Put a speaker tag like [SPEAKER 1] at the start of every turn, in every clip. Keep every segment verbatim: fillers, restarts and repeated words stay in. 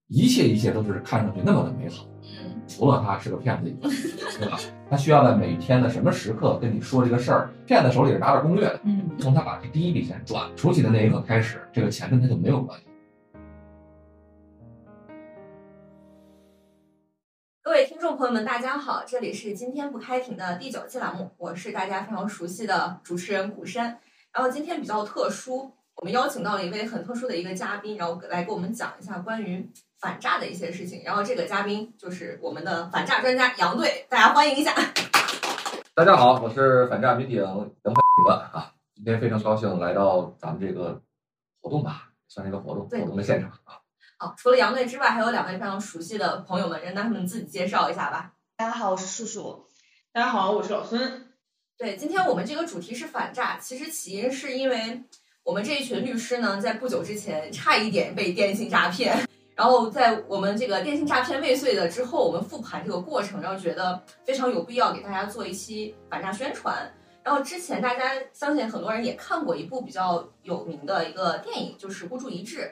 [SPEAKER 1] 一切一切都是看上去那么的美好，嗯，除了他是个骗子以外，对吧？他需要在每天的什么时刻跟你说这个事儿，骗子手里是拿着攻略的，嗯，从他把这第一笔钱转出去的那一刻开始，这个钱跟他就没有关系。
[SPEAKER 2] 各位听众朋友们，大家好，这里是今天不开庭的第九期栏目，我是大家非常熟悉的主持人古山。然后今天比较特殊，我们邀请到了一位很特殊的一个嘉宾，然后来给我们讲一下关于反诈的一些事情。然后这个嘉宾就是我们的反诈专家杨队，大家欢迎一下。
[SPEAKER 1] 大家好，我是反诈民警杨反警啊，今天非常高兴来到咱们这个活动吧，算是一个活动活动的现场啊。
[SPEAKER 2] 好，除了杨队之外，还有两位非常熟悉的朋友们，让他们自己介绍一下吧。
[SPEAKER 3] 大家好，我是素素。
[SPEAKER 4] 大家好，我是老孙。
[SPEAKER 2] 对，今天我们这个主题是反诈，其实起因是因为我们这一群律师呢，在不久之前差一点被电信诈骗，然后在我们这个电信诈骗未遂了之后，我们复盘这个过程，然后觉得非常有必要给大家做一期反诈宣传。然后之前大家相信很多人也看过一部比较有名的一个电影，就是《孤注一掷》。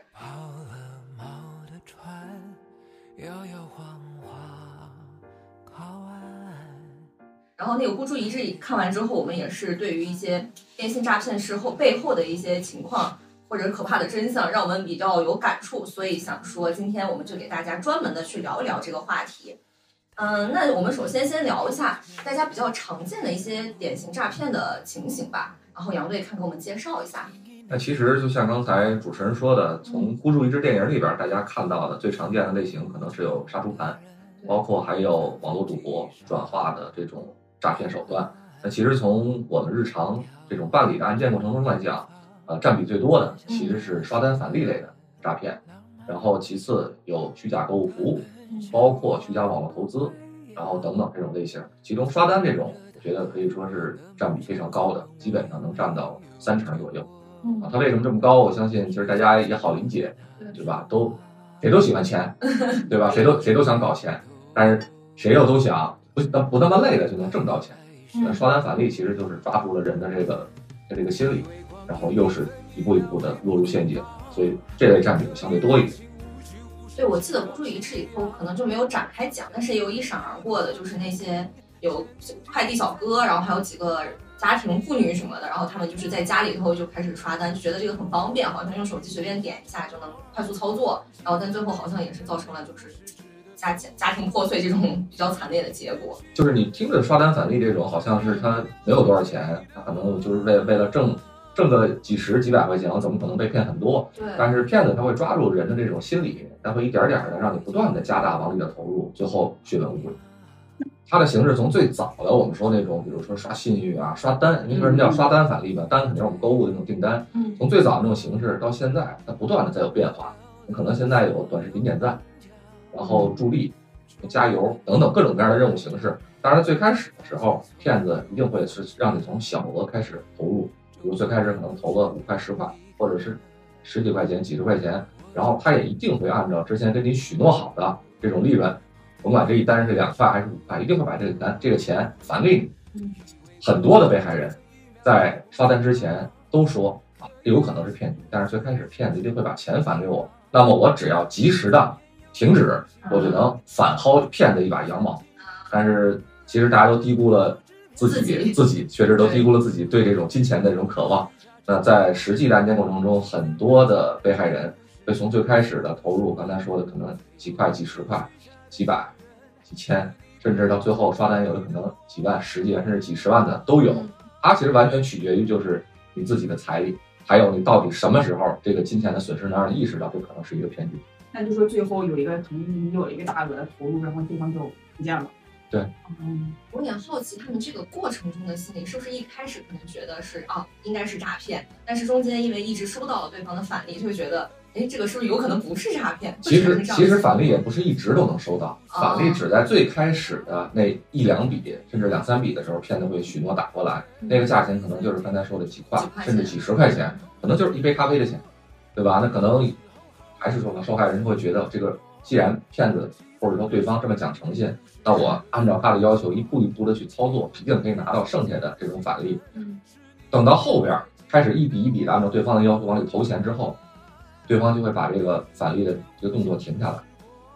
[SPEAKER 2] 摇摇晃晃靠岸，然后那个《孤注一掷》看完之后，我们也是对于一些电信诈骗事后背后的一些情况或者可怕的真相，让我们比较有感触，所以想说今天我们就给大家专门的去聊一聊这个话题。嗯，那我们首先先聊一下大家比较常见的一些典型诈骗的情形吧，然后杨队看给我们介绍一下。
[SPEAKER 1] 那其实就像刚才主持人说的，从孤注一掷电影里边大家看到的最常见的类型可能是有杀猪盘，包括还有网络赌博转化的这种诈骗手段。那其实从我们日常这种办理的案件过程中来讲，呃，占比最多的其实是刷单返利类的诈骗，然后其次有虚假购物服务，包括虚假网络投资，然后等等这种类型。其中刷单这种，我觉得可以说是占比非常高的，基本上能占到三成左右。啊，它为什么这么高？我相信其实大家也好理解，对吧？都谁都喜欢钱，对吧？谁都谁都想搞钱，但是谁又都想不不那么累的就能挣到钱。那刷单返利其实就是抓住了人的这个的这个心理，然后又是一步一步的落入陷阱，所以这类占比相对多一点。
[SPEAKER 2] 对，我记得孤注一掷以后可能就没有展开讲，但是也有一闪而过的，就是那些有快递小哥，然后还有几个家庭妇女什么的，然后他们就是在家里头就开始刷单，就觉得这个很方便，好像用手机随便点一下就能快速操作，然后但最后好像也是造成了就是家家庭破碎这种比较惨烈的结果。
[SPEAKER 1] 就是你听着刷单返利这种，好像是他没有多少钱，他可能就是为为了挣挣个几十几百块钱，我怎么可能被骗很多？
[SPEAKER 2] 对。
[SPEAKER 1] 但是骗子他会抓住人的这种心理，他会一点点的让你不断的加大往里的投入，最后血本无归。它的形式从最早的我们说那种，比如说刷信誉啊、刷单，因为什么叫刷单返利吧？单肯定是我们购物的那种订单。嗯，从最早的那种形式到现在，它不断的在有变化。可能现在有短视频点赞，然后助力、加油等等各种各样的任务形式。当然，最开始的时候，骗子一定会是让你从小额开始投入，比如最开始可能投个五块、十块，或者是十几块钱、几十块钱，然后他也一定会按照之前跟你许诺好的这种利润。甭管这一单是两块还是五块，一定会把这个单这个钱返给你。很多的被害人在刷单之前都说啊，这有可能是骗局，但是最开始骗子一定会把钱返给我，那么我只要及时的停止，我就能反薅骗子一把羊毛。但是其实大家都低估了自己，自己确实都低估了自己对这种金钱的这种渴望。那在实际的案件过程中，很多的被害人会从最开始的投入，刚才说的可能几块、几十块、几百、几千，甚至到最后刷单有的可能几万、十几万甚至几十万的都有。它其实完全取决于就是你自己的财力，还有你到底什么时候这个金钱的损失能让你意识到这可能是一个骗局。
[SPEAKER 4] 那就说最后有一个可能有一个大额的投入，然后对方就不见了。
[SPEAKER 1] 对，
[SPEAKER 2] 嗯，我有点好奇他们这个过程中的心理是不是一开始可能觉得是啊应该是诈骗，但是中间因为一直收到了对方的返利，就会觉得哎，这个是不是有可能不是诈骗？
[SPEAKER 1] 其实其实返利也不是一直都能收到，返利只在最开始的那一两笔，甚至两三笔的时候，骗子会许诺打过来，那个价钱可能就是刚才说的几块，甚至几十块钱，可能就是一杯咖啡的钱，对吧？那可能还是说呢，受害人会觉得这个既然骗子或者说对方这么讲诚信，那我按照他的要求一步一步的去操作，一定可以拿到剩下的这种返利。嗯，等到后边开始一笔一笔的按照对方的要求往里投钱之后，对方就会把这个返利的这个动作停下来，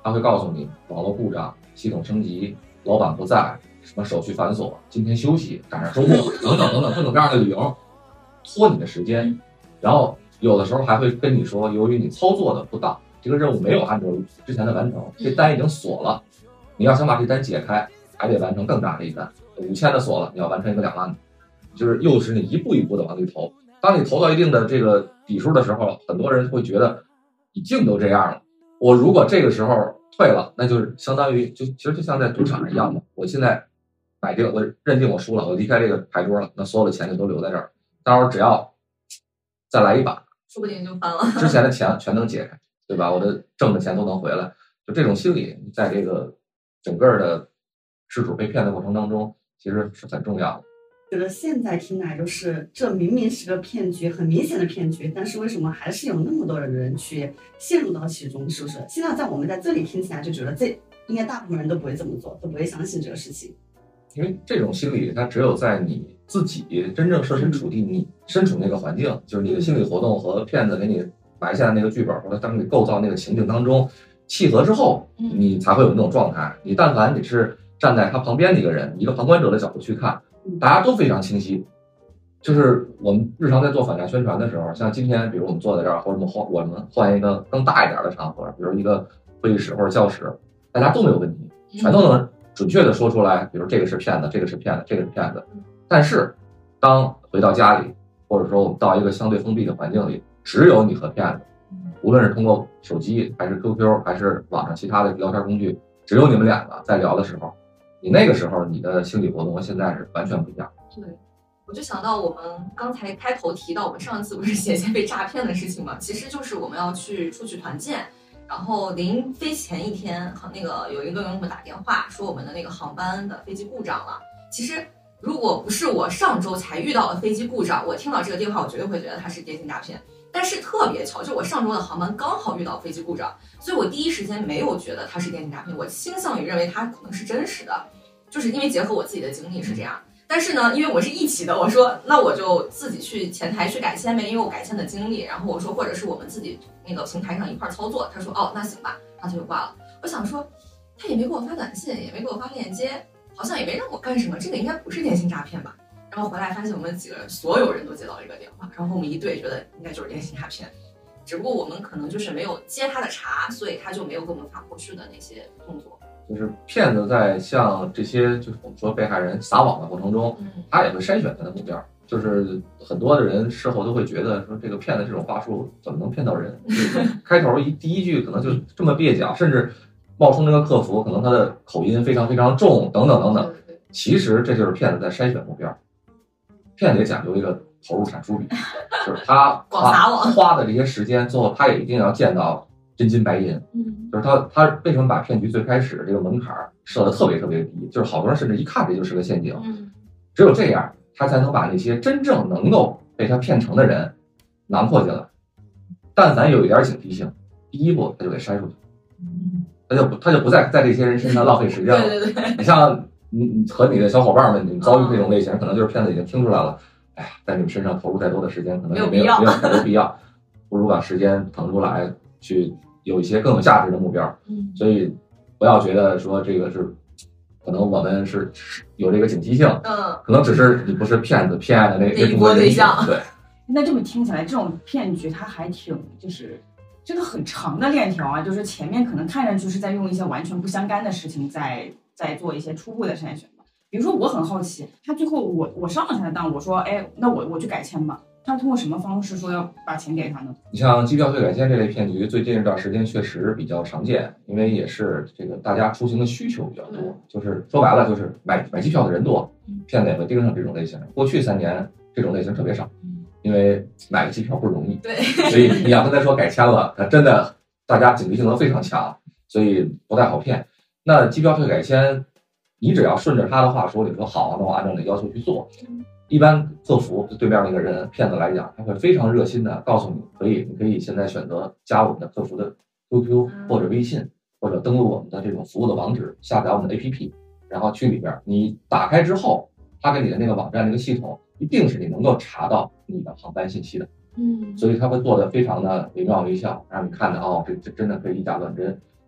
[SPEAKER 1] 他会告诉你网络故障、系统升级、老板不在、什么手续繁琐、今天休息、赶上周末等等等等各种各样的理由，拖你的时间。然后有的时候还会跟你说，由于你操作的不当，这个任务没有按照之前的完成，这单已经锁了，你要想把这单解开，还得完成更大的一单，五千的锁了，你要完成一个两万的，就是诱使你一步一步的往里投。当你投到一定的这个笔数的时候，很多人会觉得已经都这样了，我如果这个时候退了，那就是相当于就其实就像在赌场一样的，我现在买定我认定我输了，我离开这个牌桌了，那所有的钱就都留在这儿，到时候只要再来一把，
[SPEAKER 2] 说不定就翻了，
[SPEAKER 1] 之前的钱全能解开，对吧？我的挣的钱都能回来，就这种心理，在这个整个的失主被骗的过程当中，其实是很重要的。
[SPEAKER 3] 觉得现在听来就是这明明是个骗局，很明显的骗局，但是为什么还是有那么多的人去陷入到其中，是不是？现在在我们在这里听起来就觉得这应该大部分人都不会这么做，都不会相信这个事情。
[SPEAKER 1] 因为这种心理它只有在你自己真正设身处地，你身处那个环境，就是你的心理活动和骗子给你埋下的那个剧本，或者当你构造那个情境当中契合之后，你才会有那种状态。你但凡你是站在他旁边的一个人，一个旁观者的角度去看，大家都非常清晰。就是我们日常在做反诈宣传的时候，像今天比如我们坐在这儿，或者我们换我们换一个更大一点的场合，比如一个会议室或者教室，大家都没有问题，全都能准确的说出来，比如这个是骗子，这个是骗子，这个是骗子。但是当回到家里，或者说我们到一个相对封闭的环境里，只有你和骗子，无论是通过手机还是 Q Q 还是网上其他的聊天工具，只有你们两个在聊的时候，你那个时候你的心理活动和现在是完全不一样。
[SPEAKER 2] 对，我就想到我们刚才开头提到我们上次不是写些被诈骗的事情嘛，其实就是我们要去出去团建，然后临飞前一天，那个有一个人给我们打电话说我们的那个航班的飞机故障了。其实如果不是我上周才遇到了飞机故障，我听到这个电话，我绝对会觉得它是电信诈骗。但是特别巧，就我上周的航班刚好遇到飞机故障，所以我第一时间没有觉得它是电信诈骗，我倾向于认为它可能是真实的，就是因为结合我自己的经历是这样。但是呢，因为我是一起的，我说那我就自己去前台去改签呗，因为我改签的经历。然后我说或者是我们自己那个平台上一块操作。他说哦，那行吧，然后他就挂了。我想说，他也没给我发短信，也没给我发链接，好像也没让我干什么，这个应该不是电信诈骗吧？然后回来发现我们几个人所有人都接到了一个电话，然后我们一对觉得应该就是电信诈骗，只不过我们可能就是没有接他的茬，所以他就没有给我们发后续的那些动作。
[SPEAKER 1] 就是骗子在向这些就是我们说被害人撒网的过程中，他也会筛选他的目标。就是很多的人事后都会觉得说，这个骗子这种话术怎么能骗到人？开头一第一句可能就这么蹩脚，甚至冒充这个客服，可能他的口音非常非常重，等等等等。其实这就是骗子在筛选目标。骗子也讲究一个投入产出比，就是他花花的这些时间，最后他也一定要见到真金白银。嗯，就是他他为什么把骗局最开始这个门槛设得特别特别低？就是好多人甚至一看这就是个陷阱。嗯，只有这样，他才能把那些真正能够被他骗成的人囊括进来。但凡有一点警惕性，第一步他就给筛出去，他就不他就不再在这些人身上浪费时间了。
[SPEAKER 2] 对对对，
[SPEAKER 1] 你像你你和你的小伙伴们，你们遭遇这种类型，可能就是骗子已经听出来了。哎呀，在你们身上投入再多的时间，可能也没有没有太多必要，不如把时间腾出来去有一些更有价值的目标。嗯，所以不要觉得说这个是，可能我们是有这个警惕性，嗯，可能只是你不是骗子骗案的那
[SPEAKER 2] 那一波对象。
[SPEAKER 1] 对，
[SPEAKER 4] 那这么听起来，这种骗局它还挺就是这个很长的链条啊，就是前面可能看上去是在用一些完全不相干的事情在在做一些初步的筛选吧。比如说我很好奇，他最后我我上了他的当，我说哎，那我我去改签吧。他通过什么方式说要把钱给他呢？
[SPEAKER 1] 你像机票退改签这类骗局，最近这段时间确实比较常见，因为也是这个大家出行的需求比较多，就是说白了就是买买机票的人多，骗子也会盯上这种类型。过去三年这种类型特别少，因为买个机票不容易，
[SPEAKER 2] 对，
[SPEAKER 1] 所以你要跟他说改签了，他真的大家警惕性都非常强，所以不太好骗。那机票退改签，你只要顺着他的话说，你说好，那我按照你的要求去做。一般客服对面那个人骗子来讲，他会非常热心的告诉你，可以，你可以现在选择加我们的客服的 Q Q 或者微信，或者登录我们的这种服务的网址，下载我们的 A P P， 然后去里边，你打开之后，他给你的那个网站那个系统，一定是你能够查到你的航班信息的。嗯，所以他会做的非常的惟妙惟肖，让你看到哦，这这真的可以以假乱真。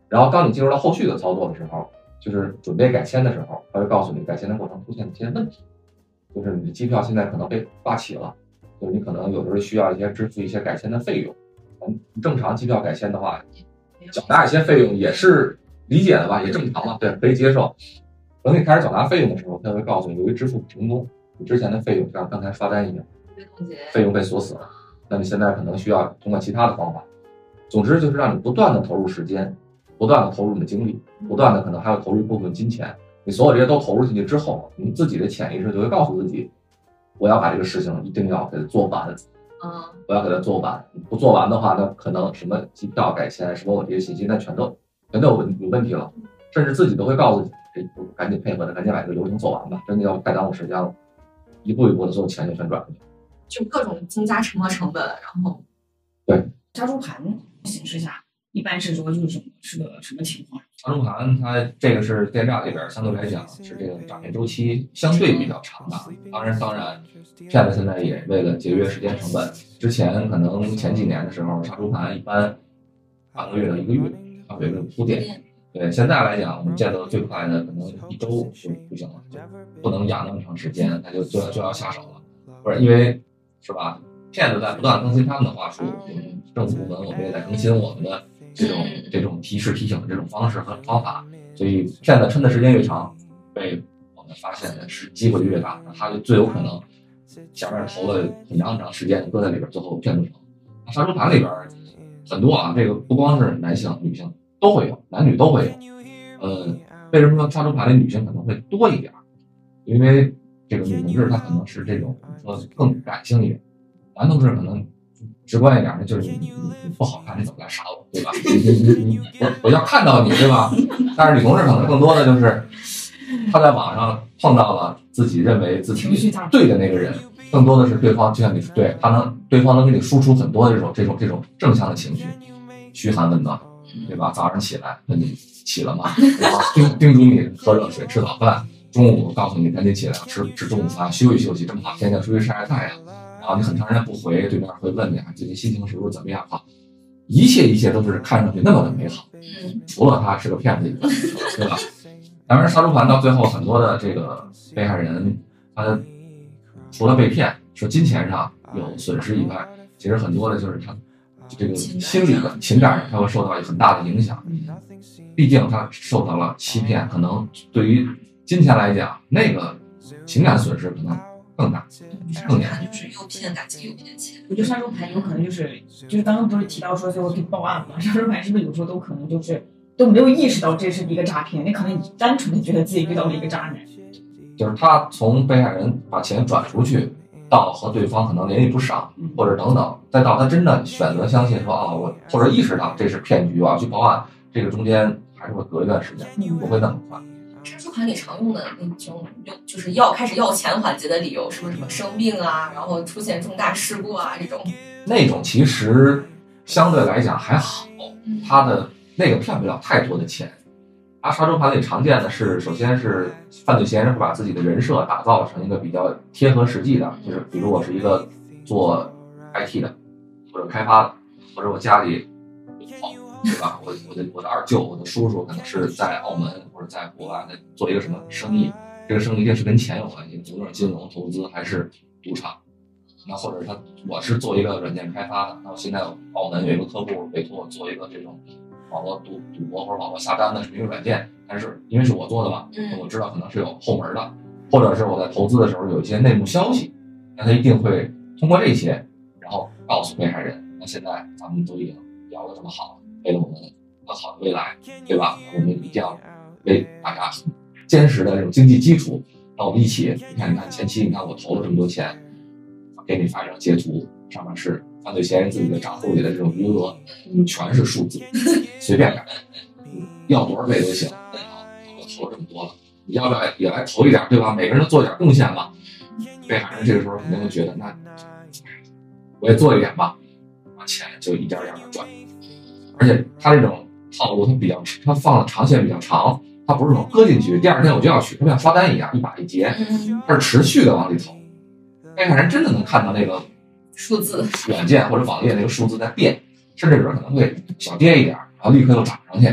[SPEAKER 1] 然后当你进入到后续的操作的时候，就是准备改签的时候，他会告诉你改签的过程出现一些问题，就是你的机票现在可能被挂起了，就是你可能有时候需要一些支付一些改签的费用。嗯，正常机票改签的话，缴纳一些费用也是理解的吧，也正常嘛，对，可以接受。等你开始缴纳费用的时候，他会告诉你，由于支付不成功，你之前的费用像刚才刷单一样，费用被锁死了，那你现在可能需要通过其他的方法。总之就是让你不断的投入时间，不断的投入你的精力，不断的可能还要投入一部分金钱。你所有这些都投入进去之后，你自己的潜意识就会告诉自己，我要把这个事情一定要给它做完。
[SPEAKER 2] 嗯，
[SPEAKER 1] 我要给它做完，不做完的话，那可能什么机票改签，什么我这些信息，那全都全都有问有问题了，甚至自己都会告诉自己，哎，赶紧配合的，赶紧把这个流程做完吧，真的要太耽误时间了，一步一步的所有钱就全转出去，
[SPEAKER 2] 就各种增加沉没成本，然后
[SPEAKER 1] 对
[SPEAKER 4] 杀猪盘形式下，一般是说就是什么是个什么情况？
[SPEAKER 1] 杀猪盘它这个是电诈里边相对来讲是这个诈骗周期相对比较长的，当然当然，骗子现在也为了节约时间成本，之前可能前几年的时候，杀猪盘一般半个月到一个月，它有一个铺垫。对，现在来讲，我们见到最快的可能一周就不行了，就不能养那么长时间，它就就要就要下手了，不是因为是吧？骗子在不断更新他们的话术，政府部门我们也在更新我们的这种这种提示提醒的这种方式和方法，所以骗子撑的时间越长，被我们发现的是机会越大，那他就最有可能前面投了很长很长时间搁在里边，最后骗不成。那杀猪盘里边很多啊，这个不光是男性女性都会有，男女都会有。呃，为什么说杀猪盘里女性可能会多一点？因为这个女同志她可能是这种说更感性一点，男同志可能直观一点的就是你你你不好看，你怎么来杀我，对吧？你你你你我我要看到你，对吧？但是女同志可能更多的就是她在网上碰到了自己认为自己对的那个人，更多的是对方就像你对他能对方能给你输出很多的这种这种这种正向的情绪，嘘寒问暖，对吧？早上起来问你起了吗？然后叮叮嘱你喝热水吃早饭，中午告诉你赶紧起来吃吃中午饭休息休息，这么好天气出去晒晒太阳。然后你很长时间不回，对面会问你啊，最近心情是不是怎么样啊？一切一切都是看上去那么的美好，除了他是个骗子以外，对吧？当然，杀猪盘到最后很多的这个被害人，他除了被骗，说金钱上有损失以外，其实很多的就是他这个心理的情感上，他会受到很大的影响。毕竟他受到了欺骗，可能对于金钱来讲，那个情感损失可能更大。更严重，
[SPEAKER 2] 就是又骗感情又骗钱。
[SPEAKER 4] 我觉得杀猪盘有可能就是就是刚刚不是提到说最后可以报案吗？杀猪盘是不是有时候都可能就是都没有意识到这是一个诈骗，你可能单纯的觉得自己遇到了一个渣男。
[SPEAKER 1] 就是他从被害人把钱转出去，到和对方可能联系不上，或者等等，再到他真的选择相信说啊，我或者意识到这是骗局，我要去报案，这个中间还是会隔一段时间，不会那么快。
[SPEAKER 2] 杀猪盘里常用的那种就是要开始要钱环节的理由，什么什么生病啊，然后出现重大事故啊这种，
[SPEAKER 1] 那种其实相对来讲还好，他的那个骗不了太多的钱。他杀猪盘里常见的是，首先是犯罪嫌疑人会把自己的人设打造成一个比较贴合实际的，就是比如我是一个做 I T 的，或者开发的，或者我家里好，对吧？我我的我的二舅、我的叔叔可能是在澳门或者在国外在做一个什么生意，这个生意一定是跟钱有关系，无论是金融投资还是赌场。那或者他我是做一个软件开发的，那我现在澳门有一个客户委托我做一个这种网络赌赌博或者网络下单的这么一个软件，但是因为是我做的嘛，我知道可能是有后门的，或者是我在投资的时候有一些内幕消息，那他一定会通过这些，然后告诉被害人，那现在咱们都已经聊得这么好，为了我们更好的未来，对吧？我们一定要为大家坚实的这种经济基础，那我们一起，你看，你看前期，你看我投了这么多钱，给你发一张截图，上面是犯罪嫌疑人自己的账户里的这种余额，全是数字，随便改，要多少倍都行。我投了这么多了，你要不要也来投一点，对吧？每个人都做点贡献嘛。被害人这个时候肯定会觉得，那我也做一点吧，把钱就一点点的赚。而且他这种套路，他比较，他放的长线比较长，他不是说搁进去，第二天我就要取，他像刷单一样，一把一结，他是持续的往里投。被害人真的能看到那个
[SPEAKER 2] 数字
[SPEAKER 1] 软件或者网页那个数字在变，甚至有人可能会小跌一点，然后立刻又涨上去，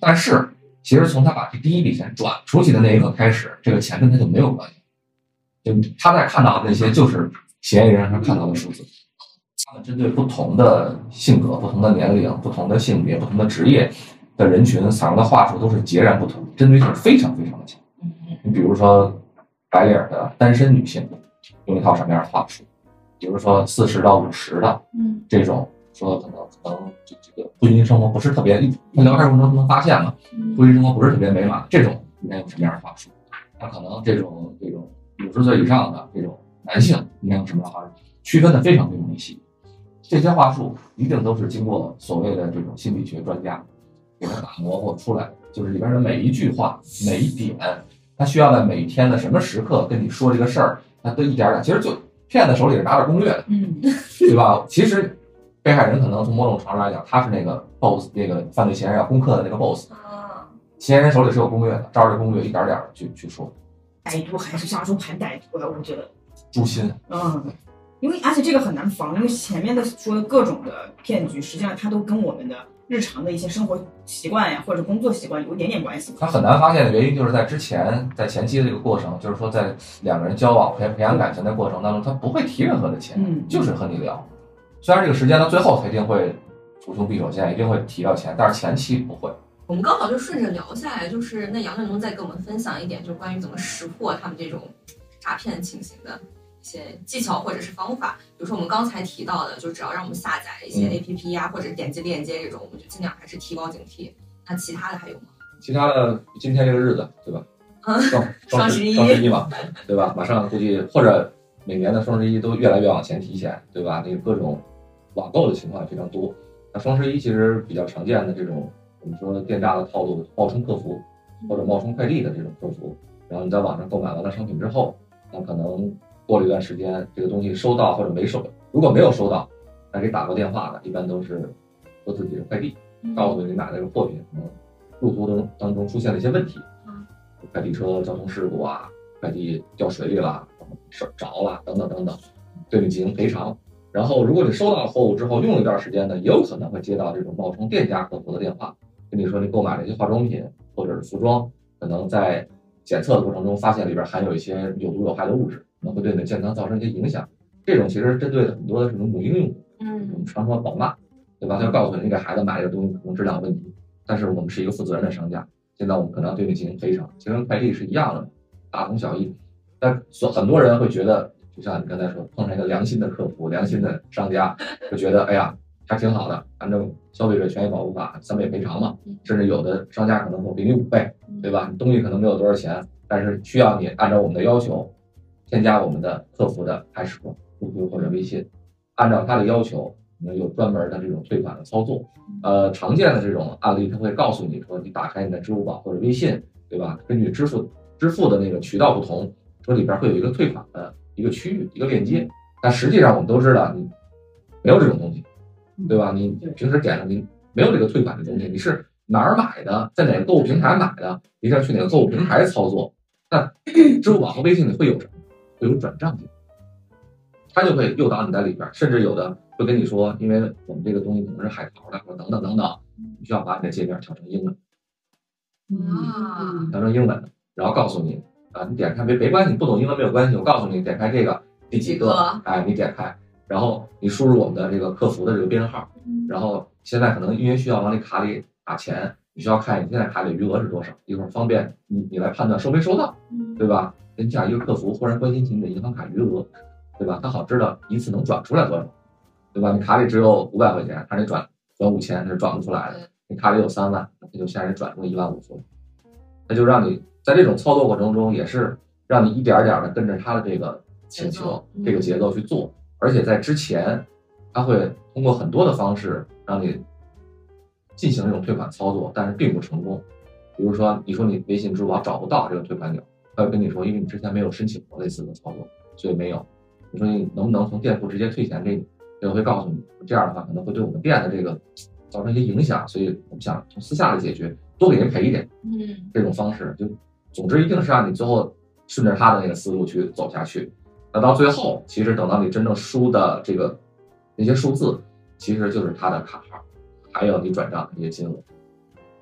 [SPEAKER 1] 但是其实从他把这第一笔钱转出去的那一刻开始，这个钱跟他就没有关系，就他在看到的那些就是嫌疑人上看到的数字。他们针对不同的性格、不同的年龄、不同的性别、不同的职业的人群采用的话术都是截然不同，针对性非常非常的强。你比如说白领的单身女性用一套什么样的话术，比如说四十到五十的这种说可能可能这这个婚姻生活不是特别，他聊天过程中能发现嘛，婚姻生活不是特别美满，这种应该用什么样的话术？那可能这种这种五十岁以上的这种男性应该用什么样的话术？区分的非常非常的细。这些话术一定都是经过所谓的这种心理学专家给他打磨过出来的，就是里边的每一句话、每一点，他需要在每天的什么时刻跟你说这个事儿，他都一点点，其实就骗子手里是拿着攻略的，
[SPEAKER 4] 嗯，
[SPEAKER 1] 对吧？其实被害人可能从某种程度来讲，他是那个 boss， 那个犯罪嫌疑人要攻克的那个 boss， 嫌疑人手里是有攻略的，照着攻略一点点去去说。
[SPEAKER 4] 歹毒还是杀猪盘歹毒的，我觉得。
[SPEAKER 1] 诛心，
[SPEAKER 4] 嗯。因为而且这个很难防，因为前面的说的各种的骗局，实际上它都跟我们的日常的一些生活习惯呀或者工作习惯有一点点关系。
[SPEAKER 1] 它很难发现的原因就是在之前在前期的这个过程，就是说在两个人交往培培养感情的过程当中，他不会提任何的钱，
[SPEAKER 4] 嗯，
[SPEAKER 1] 就是和你聊。虽然这个时间到最后他一定会图穷匕首现，一定会提到钱，但是前期不会。
[SPEAKER 2] 我们刚好就顺着聊下来，就是那杨振能再给我们分享一点，就关于怎么识破他们这种诈骗情形的一些技巧或者是方法，比如说我们刚才提到的，就只要让我们下载一些 A P P 呀、嗯，或者点击链接这种，我们就尽量还是提高警惕。那其他的还有吗？
[SPEAKER 1] 其他的，今天这个日子，对吧？嗯，双十一，双十一嘛，对吧？马上估计或者每年的双十一都越来越往前提前，对吧？那个各种网购的情况也非常多。那双十一其实比较常见的这种我们说店家的套路，冒充客服或者冒充快递的这种客服，然后你在网上购买完了商品之后，那可能过了一段时间，这个东西收到或者没收，如果没有收到，那给打过电话的，一般都是说自己是快递，告诉你买这个货品可能路途中当中出现了一些问题，快递车交通事故啊，快递掉水里了，着了等等等等，对你进行赔偿。然后如果你收到货物之后用了一段时间呢，也有可能会接到这种冒充店家客服的电话，跟你说你购买了一些化妆品或者是服装，可能在检测的过程中发现里边含有一些有毒有害的物质，可能会对你的健康造成一些影响。这种其实针对的很多的这种母婴用户，嗯，我们常说宝妈，对吧？他就告诉你，你给孩子买这个东西可能质量有问题，但是我们是一个负责任的商家，现在我们可能要对你进行赔偿，其实跟快递是一样的，大同小异。但所很多人会觉得，就像你刚才说，碰上一个良心的客服、良心的商家，就觉得哎呀还挺好的，按照消费者权益保护法三倍赔偿嘛，甚至有的商家可能会给你五倍，对吧？你东西可能没有多少钱，但是需要你按照我们的要求添加我们的客服的开始Q Q 或者微信，按照他的要求，我们有专门的这种退款的操作。呃，常见的这种案例，他会告诉你说，你打开你的支付宝或者微信，对吧？根据支付支付的那个渠道不同，说里边会有一个退款的一个区域，一个链接。但实际上我们都知道，你没有这种东西，对吧？你平时点的你没有这个退款的东西，你是哪儿买的，在哪个购物平台买的，你是要去哪个购物平台操作。那支付宝和微信里会有什么？会有转账进，他就会诱导你在里边，甚至有的会跟你说，因为我们这个东西可能是海淘的，或者等等等等，你需要把你的界面调成英文，
[SPEAKER 2] 啊，
[SPEAKER 1] 调成英文的，然后告诉你啊，你点开没没关系，你不懂英文没有关系，我告诉你点开这个第几个，哎，你点开，然后你输入我们的这个客服的这个编号，然后现在可能因为需要往你卡里打钱，你需要看你现在卡里余额是多少，一会儿方便你你来判断收没收到，对吧？跟这样一个客服忽然关心起你的银行卡余额，对吧？他好知道一次能转出来多少，对吧？你卡里只有五百块钱，他得转转五千，他是转不出来的。你卡里有三万，他就现在转出一万五出来，他就让你在这种操作过程中，也是让你一点点的跟着他的这个请求、这个节奏去做，而且在之前，他会通过很多的方式让你进行这种退款操作，但是并不成功。比如说，你说你微信、支付宝找不到这个退款钮。他会跟你说，因为你之前没有申请过类似的操作，所以没有。你说你能不能从店铺直接退钱给你？我会告诉你，这样的话可能会对我们店的这个造成一些影响，所以我们想从私下的解决，多给人赔一点。嗯，这种方式就，总之一定是让你最后顺着他的那个思路去走下去。那到最后，其实等到你真正输的这个那些数字，其实就是他的卡号，还有你转账的这些金额。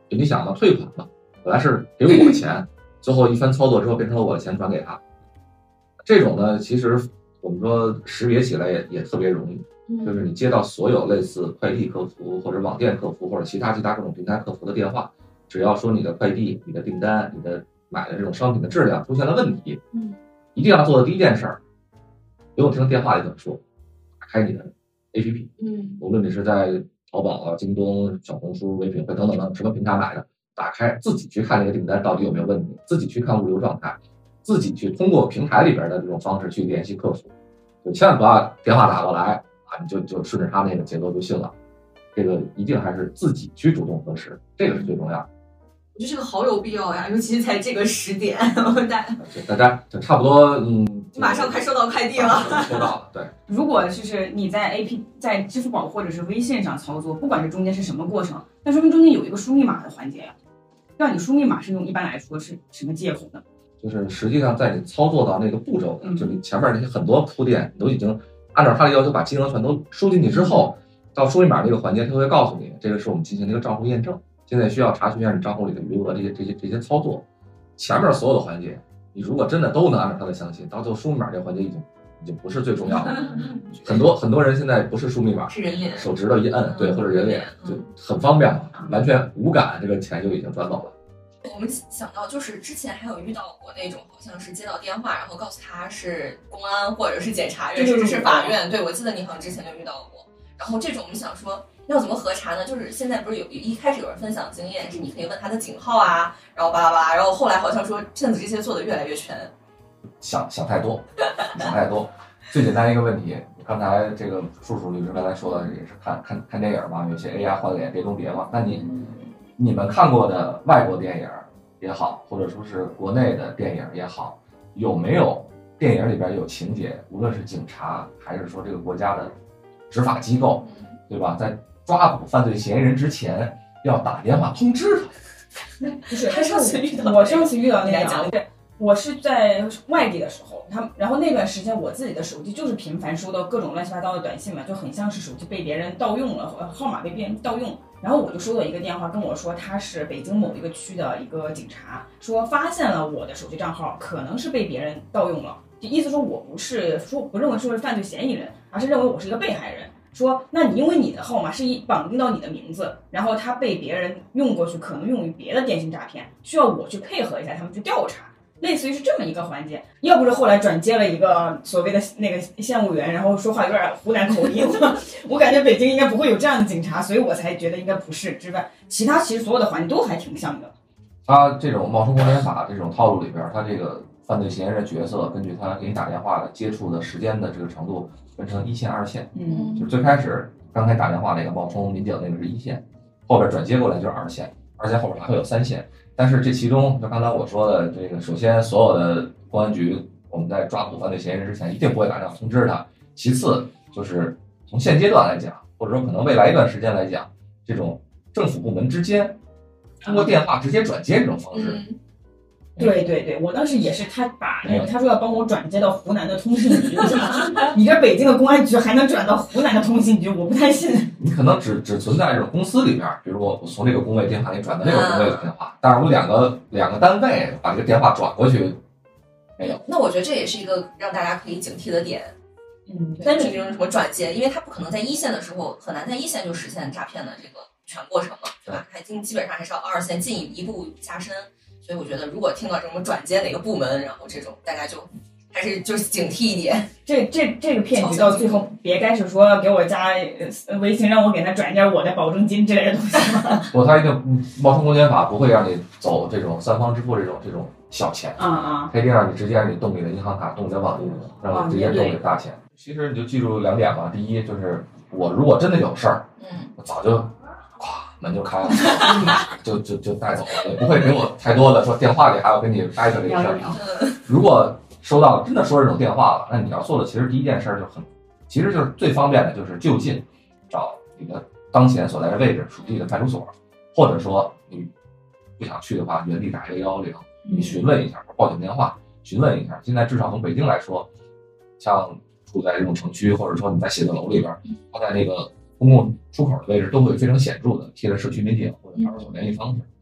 [SPEAKER 1] 就你想嘛，退款嘛，本来是给我钱，最后一番操作之后变成了我的钱转给他。这种呢，其实我们说识别起来也也特别容易，就是你接到所有类似快递客服或者网店客服或者其他其他各种平台客服的电话，只要说你的快递、你的订单、你的买的这种商品的质量出现了问题，嗯，一定要做的第一件事儿，不用听电话里怎么说，打开你的 A P P， 嗯，无论你是在淘宝啊、京东、小红书、唯品会等等等什么平台买的，打开自己去看那个订单到底有没有问题，自己去看物流状态，自己去通过平台里边的这种方式去联系客服，就千万不要电话打过来啊，你就就顺着他那个节奏就信了，这个一定还是自己去主动核实，这个是最重要的。
[SPEAKER 2] 我觉得这个好有必要呀，尤其是在这个时点，大
[SPEAKER 1] 大家就差不多，嗯，
[SPEAKER 2] 马上快收到快递了，
[SPEAKER 1] 收到了，对。
[SPEAKER 4] 如果就是你在 A P 在支付宝或者是微信上操作，不管是中间是什么过程，那说明中间有一个输密码的环节呀。让你输密码是用一般来说是什么借口呢？
[SPEAKER 1] 就是实际上在你操作到那个步骤，嗯、就你前面那些很多铺垫，你都已经按照他的要求把金额全都输进去之后，到输密码那个环节，他会告诉你，这个是我们进行的一个账户验证。现在需要查询一下你账户里的余额，这些这些这些操作，前面所有的环节，你如果真的都能按照他的相信，到最后输密码这个环节已经已经不是最重要的。很多很多人现在不是输密码，
[SPEAKER 2] 是人脸，
[SPEAKER 1] 手指头一摁，对，或者人脸，就很方便嘛，完全无感，这个钱就已经转走了。
[SPEAKER 2] 我们想到就是之前还有遇到过那种，好像是接到电话，然后告诉他是公安或者是检察院，甚至是法院。对，我记得你好像之前就遇到过。然后这种我们想说要怎么核查呢？就是现在不是有一开始有人分享经验，是你可以问他的警号啊，然后巴拉巴拉，然后后来好像说骗子这些做的越来越全。
[SPEAKER 1] 想想太多，想太多。最简单一个问题，刚才这个叔叔律师刚才说的也是看看看电影嘛，有些 A I 换脸、碟中谍嘛。那你你们看过的外国电影也好，或者说是国内的电影也好，有没有电影里边有情节，无论是警察还是说这个国家的执法机构，对吧？在抓捕犯罪嫌疑人之前，要打电话通知他。
[SPEAKER 4] 不是，他上次遇到，我上次遇到那个，对，我是在外地的时候，他然后那段时间我自己的手机就是频繁收到各种乱七八糟的短信嘛，就很像是手机被别人盗用了，号码被别人盗用。然后我就收到一个电话跟我说，他是北京某一个区的一个警察，说发现了我的手机账号可能是被别人盗用了，就意思说我不是说不认为说是犯罪嫌疑人，而是认为我是一个被害人。说那你因为你的号码是一绑定到你的名字，然后他被别人用过去，可能用于别的电信诈骗，需要我去配合一下他们去调查，类似于是这么一个环节。要不是后来转接了一个所谓的那个线务员，然后说话有点湖南口音，我感觉北京应该不会有这样的警察，所以我才觉得应该不是之外，其他其实所有的环节都还挺像的。
[SPEAKER 1] 他这种冒充公检法这种套路里边，他这个犯罪嫌疑人角色根据他给你打电话的接触的时间的这个程度分成一线二线。嗯，就是最开始刚才打电话那个冒充民警那个是一线，后边转接过来就是二线，二线后边还会有三线。但是这其中就刚才我说的这个，首先所有的公安局我们在抓捕犯罪嫌疑人之前一定不会打电话通知他，其次就是从现阶段来讲，或者说可能未来一段时间来讲，这种政府部门之间通过电话直接转接这种方式。
[SPEAKER 4] 嗯，对对对，我当时也是，他把那个他说要帮我转接到湖南的通信局，你这北京的公安局还能转到湖南的通信局，我不太信。
[SPEAKER 1] 你可能只只存在这种公司里边，比如我我从这个工位电话给转到那个工位的电话，但是我两个两个单位把这个电话转过去没有。
[SPEAKER 2] 那我觉得这也是一个让大家可以警惕的点。嗯，但是这种什么转接，因为他不可能在一线的时候，很难在一线就实现诈骗的这个全过程嘛，对吧？他基本上还是要二线进一步加深。所以我觉得，如果听到这种转接哪个部门，然后这种大家就还是就是警惕一点。
[SPEAKER 4] 这这这个骗局到最后，别该是说给我加微信，让我给他转一点我的保证金之类的东西吗？
[SPEAKER 1] 不，他一定冒充公检法不会让你走这种三方支付这种这种小钱，
[SPEAKER 4] 啊啊，
[SPEAKER 1] 他一定让你直接让你动你的银行卡，动你的网银，让你直接动你的大钱。其实你就记住两点吧，第一就是我如果真的有事儿，嗯，我早就。门就开了，就就就带走了，也不会给我太多的说电话里还要跟你掰扯这个事儿。如果收到真的说这种电话了，那你要做的其实第一件事就很，其实就是最方便的，就是就近找你的当前所在的位置属地的派出所，或者说你不想去的话，原地打一个幺幺零，你询问一下，报警电话询问一下。现在至少从北京来说，像住在这种城区，或者说你在写字楼里边，它在那个公共出口的位置都会非常显著的贴着社区民警或者派出所联系方式，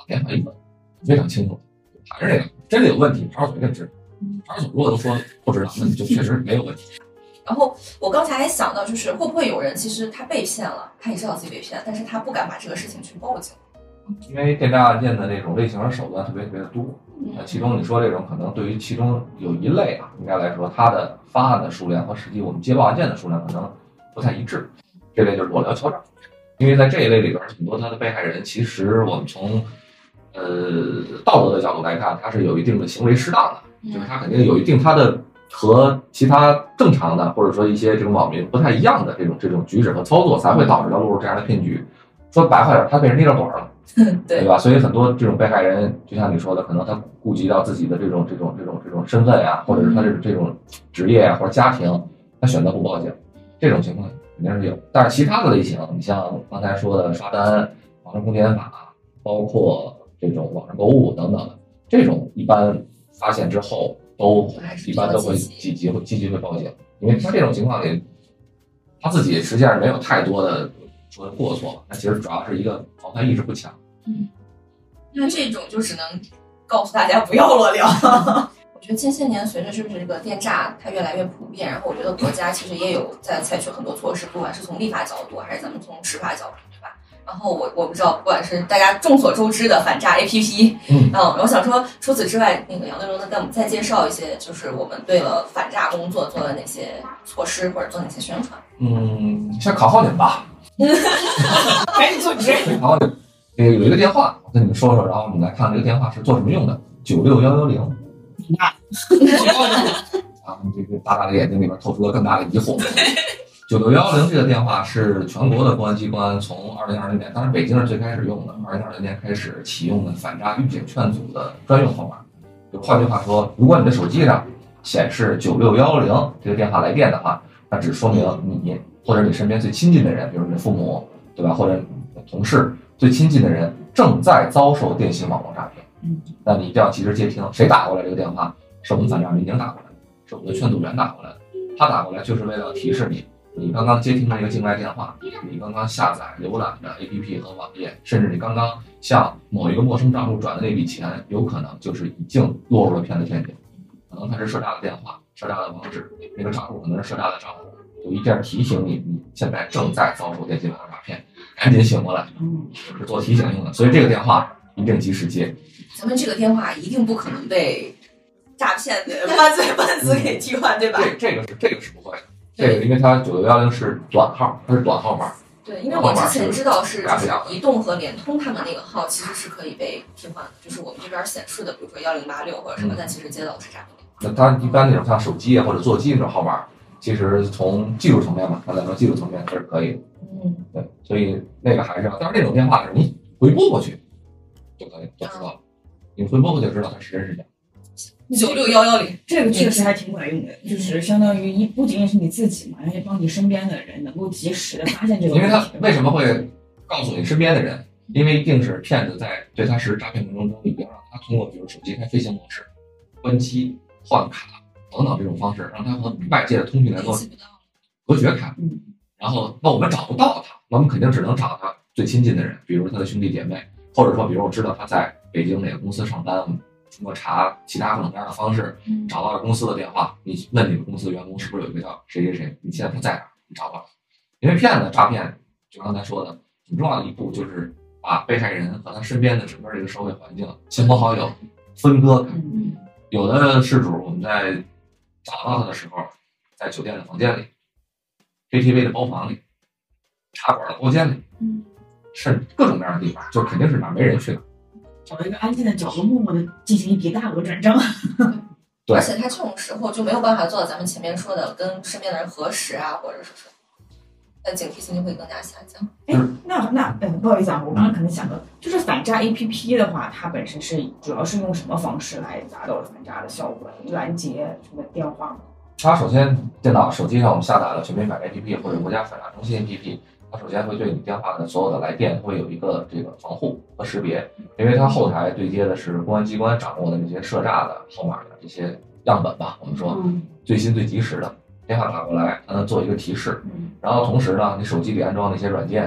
[SPEAKER 1] 电话一问，非常清楚，还是这个，真的有问题，派出所一定知道。派出所如果都说不知道，那你就确实没有问题。
[SPEAKER 2] 然后我刚才还想到，就是会不会有人其实他被骗了，他也知道自己被骗，但是他不敢把这个事情去报警。
[SPEAKER 1] 因为电诈案件的那种类型和手段特别特别的多，呃，其中你说这种可能对于其中有一类啊，应该来说它的发案的数量和实际我们接报案件的数量可能不太一致。这类就是裸聊敲诈，因为在这一类里边，很多他的被害人其实我们从呃道德的角度来看，他是有一定的行为适当的，就是他肯定有一定他的和其他正常的或者说一些这种网民不太一样的这种这种举止和操作，才会导致到落入这样的骗局。说白话点，他被人捏着短了。
[SPEAKER 2] 对,
[SPEAKER 1] 对吧？所以很多这种被害人，就像你说的，可能他顾及到自己的这种这种这种这种身份呀，或者是他这种这种职业呀或者家庭，他选择不报警，这种情况肯定是有。但是其他的类型，你像刚才说的刷单、网上公检法，包括这种网上购物等等的，这种一般发现之后都一般都会积极会积极会报警，因为他这种情况里，他自己实际上没有太多的说过错，那其实主要是一个防范意识不强。
[SPEAKER 2] 嗯，那这种就只能告诉大家不要裸聊。我觉得近些年随着就是这个电诈它越来越普遍，然后我觉得国家其实也有在采取很多措施，不管是从立法角度还是咱们从执法角度，对吧？然后我我不知道，不管是大家众所周知的反诈 A P P， 嗯，然后我想说，除此之外，那个杨队长能给我们再介绍一些，就是我们对了反诈工作做了哪些措施，或者做哪些宣传？
[SPEAKER 1] 嗯，先考考你们吧。
[SPEAKER 4] 赶紧做职。
[SPEAKER 1] 考考你们。这个有一个电话，我跟你们说说，然后我们来看这个电话是做什么用的。九六幺幺零。
[SPEAKER 4] 啊，
[SPEAKER 1] 这个大大的眼睛里边透出了更大的疑惑。九六幺幺零这个电话是全国的公安机关从二零二零年，当然北京是最开始用的，二零二零年开始启用的反诈预警劝阻的专用号码。就换句话说，如果你的手机上显示九六幺幺零这个电话来电的话，那只说明你或者你身边最亲近的人，比如你的父母，对吧？或者同事最亲近的人正在遭受电信网络诈骗。嗯，那你一定要及时接听。谁打过来这个电话？是我们反诈民警打过来的，是我们的劝阻员打过来的。他打过来就是为了提示你，你刚刚接听的一个境外电话，你刚刚下载浏览的 A P P 和网页，甚至你刚刚向某一个陌生账户转的那笔钱，有可能就是已经落入了骗子陷阱。可能它是设诈的电话、设诈的网址，那个账户可能是设诈的账户，有一件提醒你，你现在正在遭受电信网络诈骗，赶紧醒过来，是做提醒用的。所以这个电话一定及时接。
[SPEAKER 2] 咱们这个电话一定不可能被诈骗的犯罪分子给替换，对吧？
[SPEAKER 1] 这这个是这个是不会的，这个因为它九六幺零是短号，它是短号码。
[SPEAKER 2] 对，因为我之前知道是就是移动和联通他们那个号其实是可以被替换的，就是我们这边显示的，比如说幺零八六或者什么，但其实接到的是诈骗。
[SPEAKER 1] 那它一般那种像手机啊或者座机那种号码，其实从技术层面嘛，刚才说技术层面它是可以的。嗯，对，所以那个还是要，但是那种电话是你回拨过去就可以就知道了，你回拨过去就知道它是真是假。
[SPEAKER 2] 九六幺幺零，
[SPEAKER 4] 这个确实还挺管用的，就是相当于一不仅仅是你自己嘛，而且帮你身边的人能够及时的发现这个问题。
[SPEAKER 1] 因为他为什么会告诉你身边的人？因为一定是骗子在对他实施诈骗过程中，你不要让他通过比如手机开飞行模式、关机、换卡等等这种方式，让他和外界的通讯能够隔绝开。嗯，然后那我们找不到他，那我们肯定只能找他最亲近的人，比如他的兄弟姐妹，或者说比如我知道他在北京哪个公司上班。通过查其他各种各样的方式找到了公司的电话，你问你们公司的员工是不是有一个叫谁谁谁，你现在他在哪儿，你找到了。因为骗子诈骗就刚才说的很重要的一步就是把被害人和他身边的整个这个社会环境亲朋好友分割开。有的事主我们在找到他的时候，在酒店的房间里、K T V 的包房里、茶馆的包间里，甚至各种各样的地方，就肯定是哪没人去的，
[SPEAKER 4] 找一个安静的角落，默默的进行一笔大额转账。
[SPEAKER 1] 对，
[SPEAKER 2] 而且他这种时候就没有办法做到咱们前面说的跟身边的人核实啊，或者是说，那警惕性就会更加下降。
[SPEAKER 4] 哎，那那呃，不好意思啊，我刚刚可能想到，就是反诈 A P P 的话，它本身是主要是用什么方式来达到反诈的效果？拦截什么电话吗？
[SPEAKER 1] 它首先电脑、手机上我们下载了全民反诈 A P P 或者国家反诈中心 A P P。它首先会对你电话的所有的来电会有一个这个防护和识别，因为它后台对接的是公安机关掌握的这些涉诈的号码的这些样本吧，我们说最新最及时的电话打过来，它能做一个提示，然后同时呢，你手机里安装的一些软件，它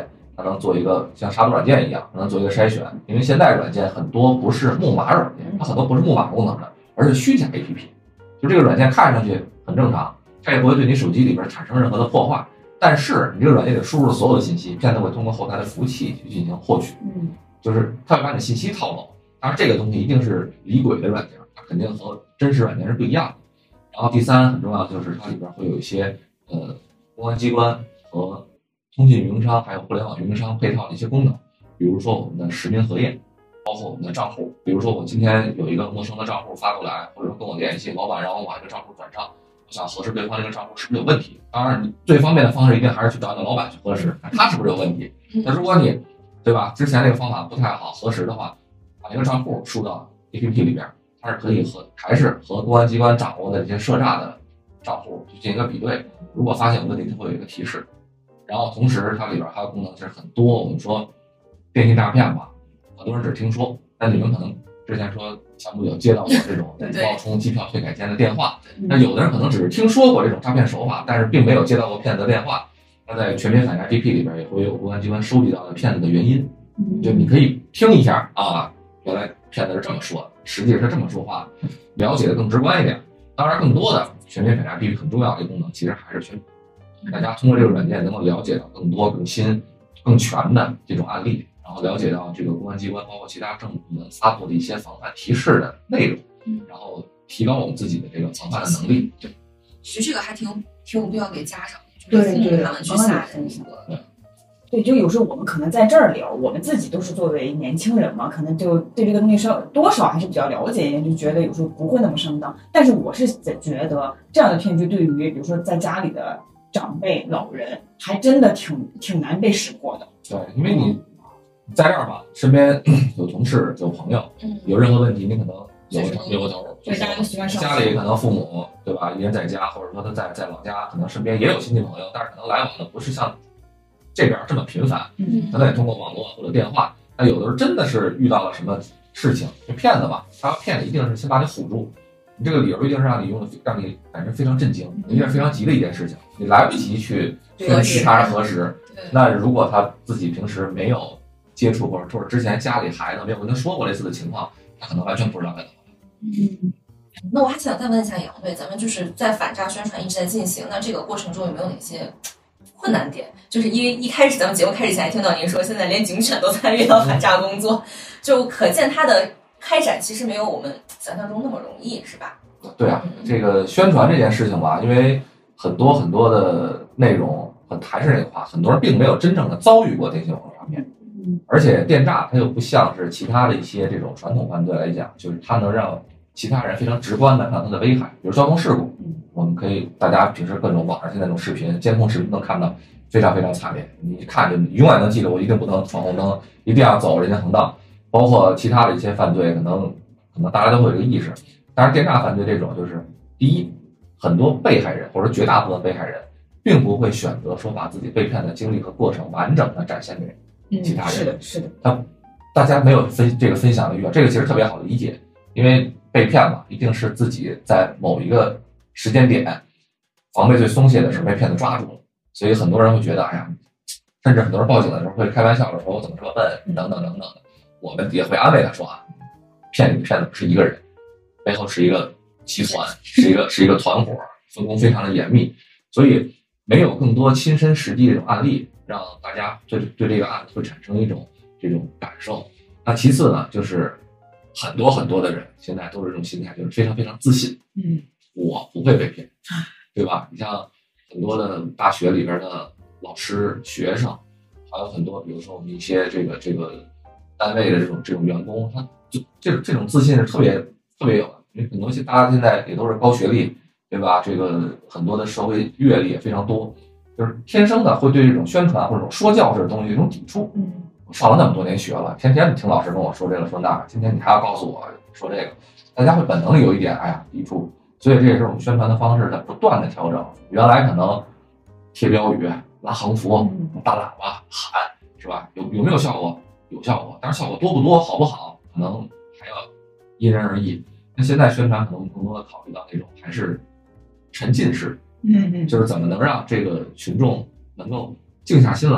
[SPEAKER 1] 它能做一个像杀毒软件一样，它能做一个筛选。因为现在软件很多不是木马软件，它很多不是木马功能的，而是虚假 A P P。就这个软件看上去很正常，它也不会对你手机里边产生任何的破坏。但是你这个软件里输入所有的信息，骗子会通过后台的服务器去进行获取，
[SPEAKER 4] 嗯，
[SPEAKER 1] 就是它会把你信息套走。当然，这个东西一定是离轨的软件，它肯定和真实软件是不一样的。然后第三很重要的就是它里边会有一些呃公安机关和通信运营商还有互联网运营商配套的一些功能，比如说我们的实名核验，包括我们的账户。比如说我今天有一个陌生的账户发过来，或者说跟我联系，老板让我把这个账户转账。想核实对方这个账户是不是有问题，当然你最方便的方式一定还是去找你的老板去核实他是不是有问题。那如果你对吧之前那个方法不太好核实的话，把这个账户输到 A P P 里边，它是可以和还是和公安机关掌握的这些涉诈的账户去进行一个比对，如果发现有问题它会有一个提示。然后同时它里边还有功能其实很多，我们说电信诈骗吧，很多人只听说，但你们可能之前说项目有接到过这种冒充机票退改签的电话，那有的人可能只是听说过这种诈骗手法，但是并没有接到过骗子的电话。那在全民反诈 A P P 里边也会有公安机关收集到的骗子的原因，就你可以听一下啊，原来骗子是这么说的，实际是这么说话，了解的更直观一点。当然，更多的全民反诈 A P P 很重要的功能，其实还是宣传，大家通过这个软件能够了解到更多、更新、更全的这种案例。然后了解到这个公安机关包括其他政府部门发布的一些防范提示的内容，然后提高我们自己的这个防范的能力。
[SPEAKER 2] 对，其实这个还挺有挺有必要给家长，
[SPEAKER 4] 对
[SPEAKER 2] 对对，他们去下的一个。
[SPEAKER 4] 对，就有时候我们可能在这儿聊，我们自己都是作为年轻人嘛，可能就对这个东西稍多少还是比较了解一点，就觉得有时候不会那么上当。但是我是觉得这样的骗局对于比如说在家里的长辈老人，还真的挺挺难被识破的。
[SPEAKER 1] 对，因为你。在这儿吧，身边有同事有朋友，有任何问题你可能有个头有个头，
[SPEAKER 4] 对，大家都习惯上。
[SPEAKER 1] 家里可能父母对吧，一人在家，或者说他在在老家，可能身边也有亲戚朋友，但是可能来往的不是像这边这么频繁，
[SPEAKER 4] 嗯，
[SPEAKER 1] 可能也通过网络或者电话。那有的时候真的是遇到了什么事情，这骗子吧，他骗你一定是先把你唬住，你这个理由一定是让你用的让你感觉非常震惊，一定是非常急的一件事情，你来不及去跟其他人核实。那如果他自己平时没有接触或者或者之前家里孩子没有跟他说过类似的情况，他可能完全不知道该怎么办。
[SPEAKER 2] 嗯，那我还想再问一下杨队，咱们就是在反诈宣传一直在进行，那这个过程中有没有哪些困难点？就是因为一开始咱们节目开始前还听到您说，现在连警犬都参与到反诈工作，就可见它的开展其实没有我们想象中那么容易，是吧？
[SPEAKER 1] 对啊，这个宣传这件事情吧，因为很多很多的内容，还是那句话，很多人并没有真正的遭遇过电信网络诈骗。而且电诈它又不像是其他的一些这种传统犯罪来讲，就是它能让其他人非常直观的看到它的危害。比如交通事故，我们可以大家平时各种网上现在那种视频、监控视频能看到非常非常惨烈，你一看就永远能记得我一定不能闯红灯，一定要走人家横道。包括其他的一些犯罪，可能可能大家都会有一个意识。但是电诈犯罪这种，就是第一，很多被害人或者绝大部分被害人，并不会选择说把自己被骗的经历和过程完整的展现给其他人，
[SPEAKER 4] 是的，是的，
[SPEAKER 1] 他大家没有分这个分享的欲望，这个其实特别好理解，因为被骗了，一定是自己在某一个时间点防备最松懈的时候被骗子抓住了，所以很多人会觉得，哎呀，甚至很多人报警的时候会开玩笑的说，我怎么这么笨，等等等等的，我们也会安慰他说啊，骗你骗的不是一个人，背后是一个集团，是一个是一个团伙，分工非常的严密，所以没有更多亲身实际这种案例。让大家对对这个案子会产生一种这种感受。那其次呢，就是很多很多的人现在都是这种心态，就是非常非常自信，
[SPEAKER 4] 嗯，
[SPEAKER 1] 我不会被骗，对吧？你像很多的大学里边的老师、学生，还有很多，比如说我们一些这个这个单位的这种这种员工，他就这这种自信是特别特别有的。因为很多大家现在也都是高学历，对吧？这个很多的社会阅历也非常多。就是天生的会对这种宣传或者这种说教式的东西有一种抵触。
[SPEAKER 4] 嗯，
[SPEAKER 1] 我上了那么多年学了，天天听老师跟我说这个说那个，今天你还要告诉我说这个，大家会本能的有一点哎呀抵触。所以这也是我们宣传的方式在不断的调整。原来可能贴标语、拉横幅、大喇叭喊，是吧？有有没有效果？有效果，但是效果多不多、好不好，可能还要因人而异。那现在宣传可能更多的考虑到那种还是沉浸式。
[SPEAKER 4] 嗯嗯，
[SPEAKER 1] 就是怎么能让这个群众能够静下心来，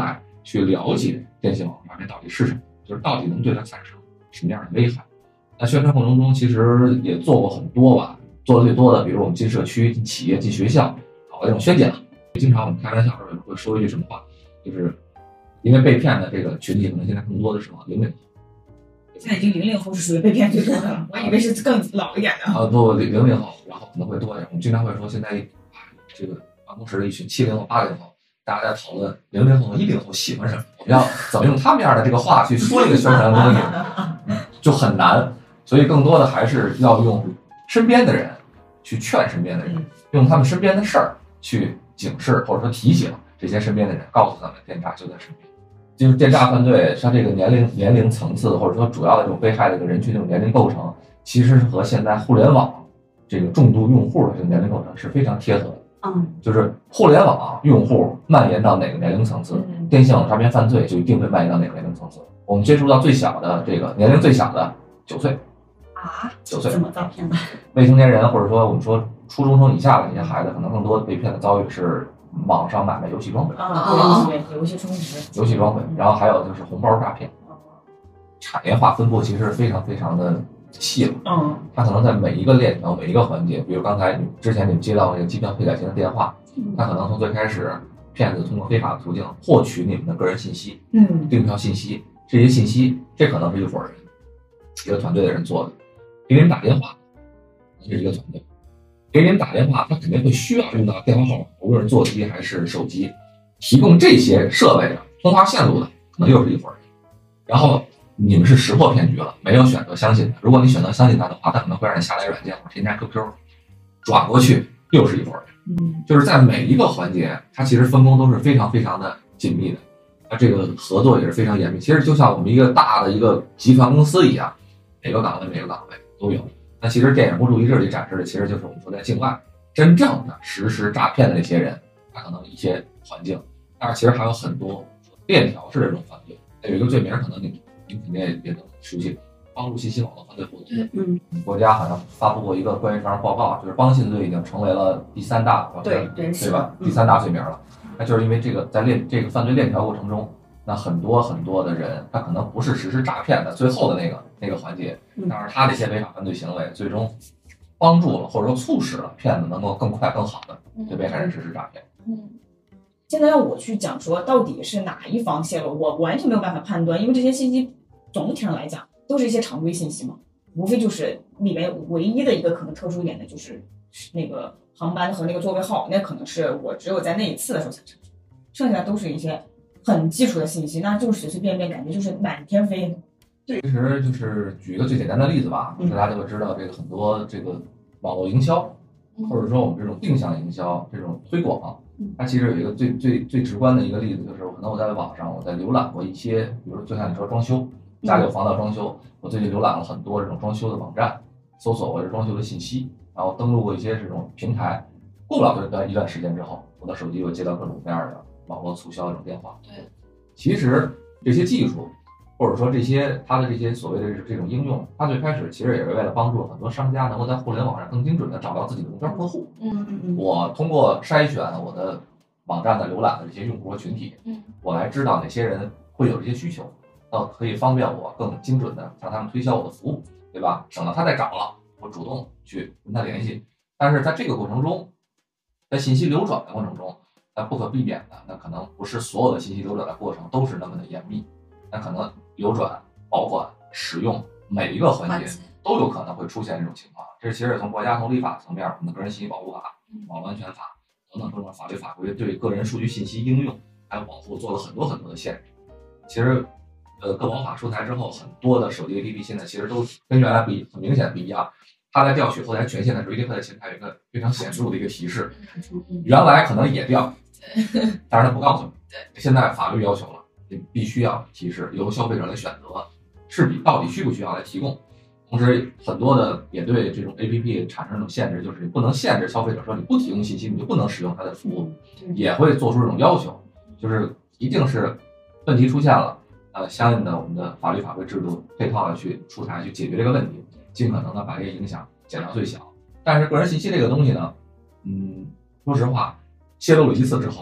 [SPEAKER 1] 去了解电信网络诈骗到底是什么，就是到底能对它产生什么样的危害。那宣传过程中其实也做过很多吧，做的最多的，比如我们进社区、进企业、进学校搞这种宣讲，经常我们开玩笑时候会说一句什么话，就是因为被骗的这个群体可能现在更多的是往零零后。
[SPEAKER 4] 现在已经零零后是属于被骗最多的了，我以为是更老一点的。
[SPEAKER 1] 啊，不，零零后，然后可能会多一点。我们经常会说，现在这个办公室的一群七零后、八零后，大家在讨论零零后和一零后喜欢什么，我们要怎么用他们样的这个话去说这个宣传的东西，就很难。所以更多的还是要用身边的人去劝身边的人，用他们身边的事儿去警示或者说提醒这些身边的人，告诉他们电诈就在身边。就是电诈犯罪，它这个年龄年龄层次，或者说主要的这种被害的这个人群这种年龄构成，其实是和现在互联网这个重度用户的这个年龄构成是非常贴合的。
[SPEAKER 3] 嗯，
[SPEAKER 1] 就是互联网用户蔓延到哪个年龄层次，电信网诈骗犯罪就一定会蔓延到哪个年龄层次。我们接触到最小的这个年龄最小的九岁
[SPEAKER 3] 啊，
[SPEAKER 1] 九岁
[SPEAKER 3] 怎么诈骗的？
[SPEAKER 1] 未成年人或者说我们说初中生以下的这些孩子，可能更多被骗的遭遇是网上买卖游戏装备
[SPEAKER 4] 啊，对，游戏充值，
[SPEAKER 1] 游戏装备，然后还有就是红包诈骗。产业化分布其实非常非常的细了，
[SPEAKER 4] 嗯，
[SPEAKER 1] 它可能在每一个链条、每一个环节，比如刚才你之前你们接到那个机票配改型的电话，它可能从最开始骗子通过非法的途径获取你们的个人信息，
[SPEAKER 4] 嗯，
[SPEAKER 1] 订票信息，这些信息，这可能是一伙人，一个团队的人做的，给你们打电话，是一个团队。给你们打电话，他肯定会需要用到电话号码，无论是座机还是手机，提供这些设备的通话线路的，可能又是一伙人。然后你们是识破骗局了，没有选择相信他。如果你选择相信他的话，他可能会让你下载软件或者添加 Q Q， 转过去又是一伙人。
[SPEAKER 4] 嗯，
[SPEAKER 1] 就是在每一个环节，它其实分工都是非常非常的紧密的，它这个合作也是非常严密。其实就像我们一个大的一个集团公司一样，每个岗位每个岗位都有。那其实电影《孤注一掷》里展示的，其实就是我们说在境外真正的实施诈骗的那些人，他可能一些环境，但是其实还有很多链条式的这种犯罪。有一个罪名，可能你你肯定也也能熟悉，帮助信息网络犯罪活动。
[SPEAKER 3] 嗯，
[SPEAKER 1] 国家好像发布过一个关于这样的报告，就是帮信罪已经成为了第三大，
[SPEAKER 3] 对对
[SPEAKER 1] 对吧？
[SPEAKER 3] 嗯、
[SPEAKER 1] 第三大罪名了。那就是因为这个在链这个犯罪链条过程中，那很多很多的人，他可能不是实施诈骗的最后的那个那个环节，但是他这些违法犯罪行为最终帮助了或者说促使了骗子能够更快更好的对被害人实施诈骗。
[SPEAKER 4] 嗯，现在要我去讲说到底是哪一方泄露，我完全没有办法判断，因为这些信息总体上来讲都是一些常规信息嘛，无非就是里面唯一的一个可能特殊一点的就是那个航班和那个座位号，那可能是我只有在那一次的时候才产生，剩下的都是一些很基础的信息，那就是随随便便感觉就是满天飞。
[SPEAKER 1] 其实就是举一个最简单的例子吧，大家就会知道这个很多这个网络营销，或者说我们这种定向营销这种推广，它其实有一个最最最直观的一个例子，就是可能我在网上我在浏览过一些，比如就像你说装修，家里有防盗装修，我最近浏览了很多这种装修的网站，搜索过这装修的信息，然后登录过一些这种平台，过不了这段一段时间之后，我的手机又接到各种各样的网络促销这种电话。
[SPEAKER 2] 对，
[SPEAKER 1] 其实这些技术，或者说这些它的这些所谓的这种应用，它最开始其实也是为了帮助很多商家能够在互联网上更精准的找到自己的目标客户。
[SPEAKER 3] 嗯嗯嗯。
[SPEAKER 1] 我通过筛选我的网站的浏览的这些用户和群体，
[SPEAKER 2] 嗯，
[SPEAKER 1] 我来知道哪些人会有这些需求，呃，可以方便我更精准的向他们推销我的服务，对吧？省得他再找了，我主动去跟他联系。但是在这个过程中，在信息流转的过程中，那不可避免的，那可能不是所有的信息流转的过程都是那么的严密，那可能流转、保管、使用每一个环节都有可能会出现这种情况。这其实也从国家从立法层面，我们的个人信息保护法、网络安全法等等各种法律法规对个人数据信息应用还有保护做了很多很多的限制。其实，呃，个保法出台之后，很多的手机 A P P 现在其实都跟原来不一很明显不一样。它在调取后台权限的时候，一定会在前台有一个非常显著的一个提示。原来可能也调，但是它不告诉你。现在法律要求了，你必须要提示，由消费者来选择，是比到底需不需要来提供。同时，很多的也对这种 A P P 产生这种限制，就是你不能限制消费者说你不提供信息，你就不能使用它的服务，也会做出这种要求，就是一定是问题出现了，呃，相应的我们的法律法规制度配套的去出台去解决这个问题，尽可能的把这个影响减到最小。但是个人信息这个东西呢，嗯，说实话，泄露了一次之后，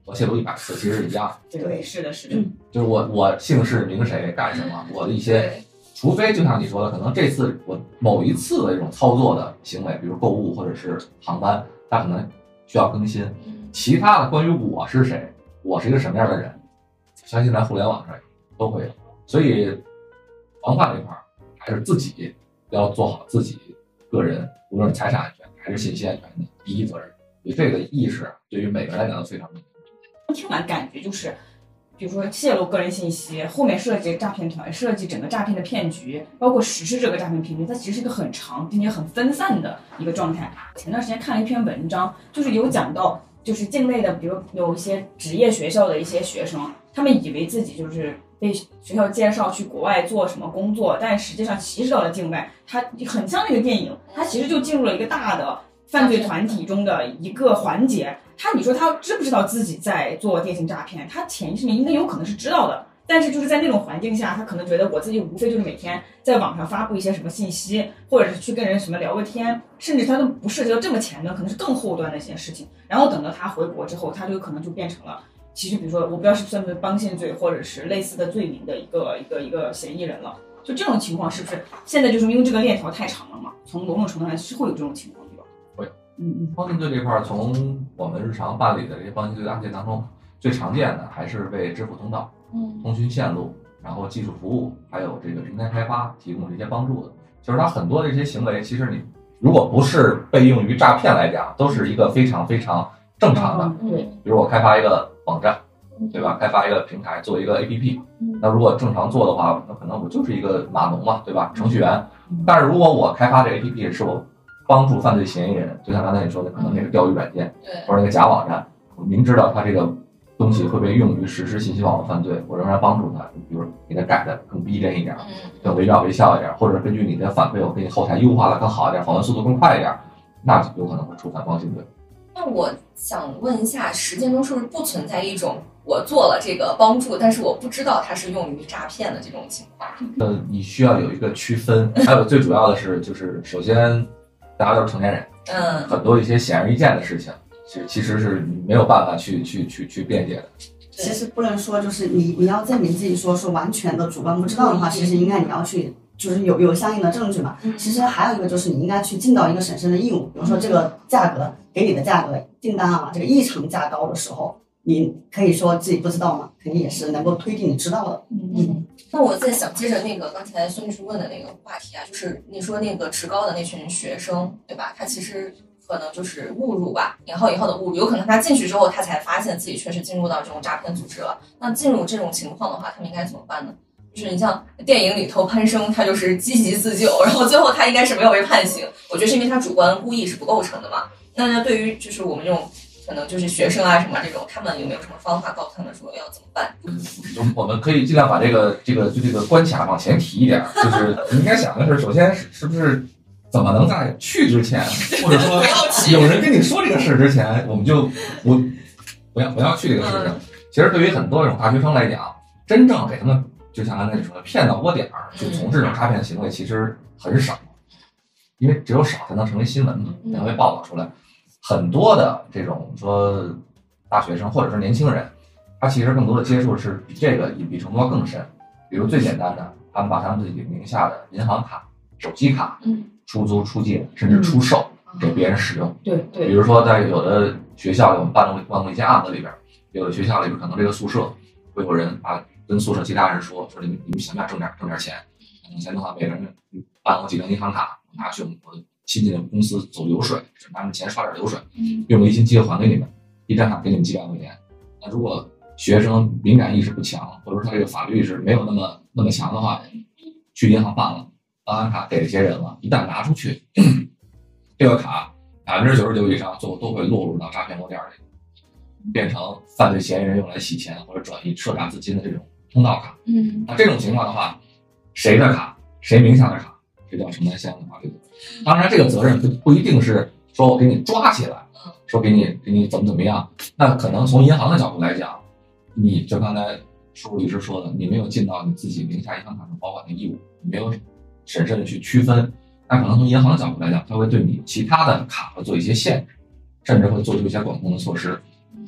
[SPEAKER 1] 我泄露一百次其实是一样的。
[SPEAKER 4] 对，是的，是的，
[SPEAKER 1] 就是我我姓氏名谁干什么，我的一些，除非就像你说的，可能这次我某一次的这种操作的行为，比如购物或者是航班，它可能需要更新。其他的关于我是谁，我是一个什么样的人，相信在互联网上都会有。所以防范这块还是自己要做好自己个人，无论是财产安全还是信息安全的第一责任。所以这个意识对于每个人来讲都非常重要。
[SPEAKER 4] 听完感觉就是，比如说泄露个人信息，后面设计诈骗团，设计整个诈骗的骗局，包括实施这个诈骗骗局，它其实是一个很长并且很分散的一个状态。前段时间看了一篇文章，就是有讲到，就是境内的，比如有一些职业学校的一些学生，他们以为自己就是被学校介绍去国外做什么工作，但实际上其实到了境外，它很像那个电影，它其实就进入了一个大的犯罪团体中的一个环节。他你说他知不知道自己在做电信诈骗？他潜意识里应该有可能是知道的，但是就是在那种环境下，他可能觉得我自己无非就是每天在网上发布一些什么信息，或者是去跟人什么聊个天，甚至他都不涉及到这么前端，可能是更后端的一些事情。然后等到他回国之后，他就可能就变成了，其实比如说我不知道是算不算帮信罪或者是类似的罪名的一个一个一个嫌疑人了。就这种情况是不是现在就是因为这个链条太长了嘛？从某种程度上是会有这种情况。
[SPEAKER 1] 嗯嗯，帮信罪这块，从我们日常办理的这些帮信罪案件当中，最常见的还是为支付通道、嗯、通讯线路，然后技术服务，还有这个平台开发提供这些帮助的。就是它很多的这些行为，其实你如果不是被用于诈骗来讲，都是一个非常非常正常的。
[SPEAKER 4] 对、嗯，
[SPEAKER 1] 比如我开发一个网站，对吧？开发一个平台，做一个 A P P，那如果正常做的话，那可能我就是一个码农嘛，对吧？程序员。但是如果我开发这个 A P P 是我帮助犯罪嫌疑人，就像刚才你说的，可能那个钓鱼软件，或者那个假网站，我明知道他这个东西会被用于实施信息网络犯罪，我仍然帮助他，比如给他改的更逼真一点，更惟妙惟肖一点，或者根据你的反馈，我给你后台优化的更好一点，访问速度更快一点，那有可能会触犯帮信罪。
[SPEAKER 2] 那我想问一下，实践中是不是不存在一种我做了这个帮助，但是我不知道它是用于诈骗的这种情况？
[SPEAKER 1] 呃，你需要有一个区分，还有最主要的是，就是首先大家都是成年人，
[SPEAKER 2] 嗯，
[SPEAKER 1] 很多一些显而易见的事情，其其实是你没有办法去去去去辩解的。
[SPEAKER 3] 其实不能说就是你你要证明自己说是完全的主观不知道的话，其实应该你要去就是有有相应的证据嘛。其实还有一个就是你应该去尽到一个审慎的义务，比如说这个价格给你的价格订单啊，这个异常价高的时候，你可以说自己不知道嘛，肯定也是能够推定你知道的。
[SPEAKER 2] 嗯，那我再想接着那个刚才孙律师问的那个话题啊，就是你说那个职高的那群学生，对吧？他其实可能就是误入吧，引号引号的误入，有可能他进去之后，他才发现自己确实进入到这种诈骗组织了。那进入这种情况的话，他们应该怎么办呢？就是你像电影里头潘生，他就是积极自救，然后最后他应该是没有被判刑。我觉得是因为他主观故意是不构成的嘛。那对于就是我们这种可能就是学生啊什么这种，他们有没有什么方法告诉他们说要怎么办？
[SPEAKER 1] 嗯，我们可以尽量把这个这个就这个关卡往前提一点，就是你应该想的是，首先是是不是怎么能在去之前，或者说有人跟你说这个事之前，我们就不不要不要去这个事情。其实对于很多这种大学生来讲，真正给他们就像刚才你说的骗到窝点儿去从事这种诈骗行为，其实很少，因为只有少才能成为新闻嘛，才能被报道出来。很多的这种说大学生或者说年轻人，他其实更多的接触是比这个隐蔽程度要更深。比如最简单的，他们把他们自己名下的银行卡、手机卡，嗯，出租、出借，甚至出售给别人使用。
[SPEAKER 4] 对对。
[SPEAKER 1] 比如说在有的学校里，我们办过办过一些案子里边，有的学校里边可能这个宿舍会有人啊跟宿舍其他人说说你们你们想不想挣点挣点钱？挣钱的话，每个人办过几张银行卡，拿去我们新进的公司走流水，拿着钱刷点流水，用微信借还给你们，一张卡给你们几百块钱。那如果学生敏感意识不强，或者说他这个法律意识没有那么那么强的话，去银行办了，办完卡给这些人了，一旦拿出去，这个卡百分之九十九以上最后都会落入到诈骗窝点里，变成犯罪嫌疑人用来洗钱或者转移涉诈资金的这种通道卡。嗯，那这种情况的话，谁的卡，谁名下的卡，这叫承担相应的法律责任。当然，这个责任不不一定是说我给你抓起来，说给你给你怎么怎么样，那可能从银行的角度来讲，你就刚才叔律师说的，你没有尽到你自己名下银行卡上保管的义务，你没有审慎的去区分，那可能从银行的角度来讲，它会对你其他的卡会做一些限制，甚至会做出一些管控的措施。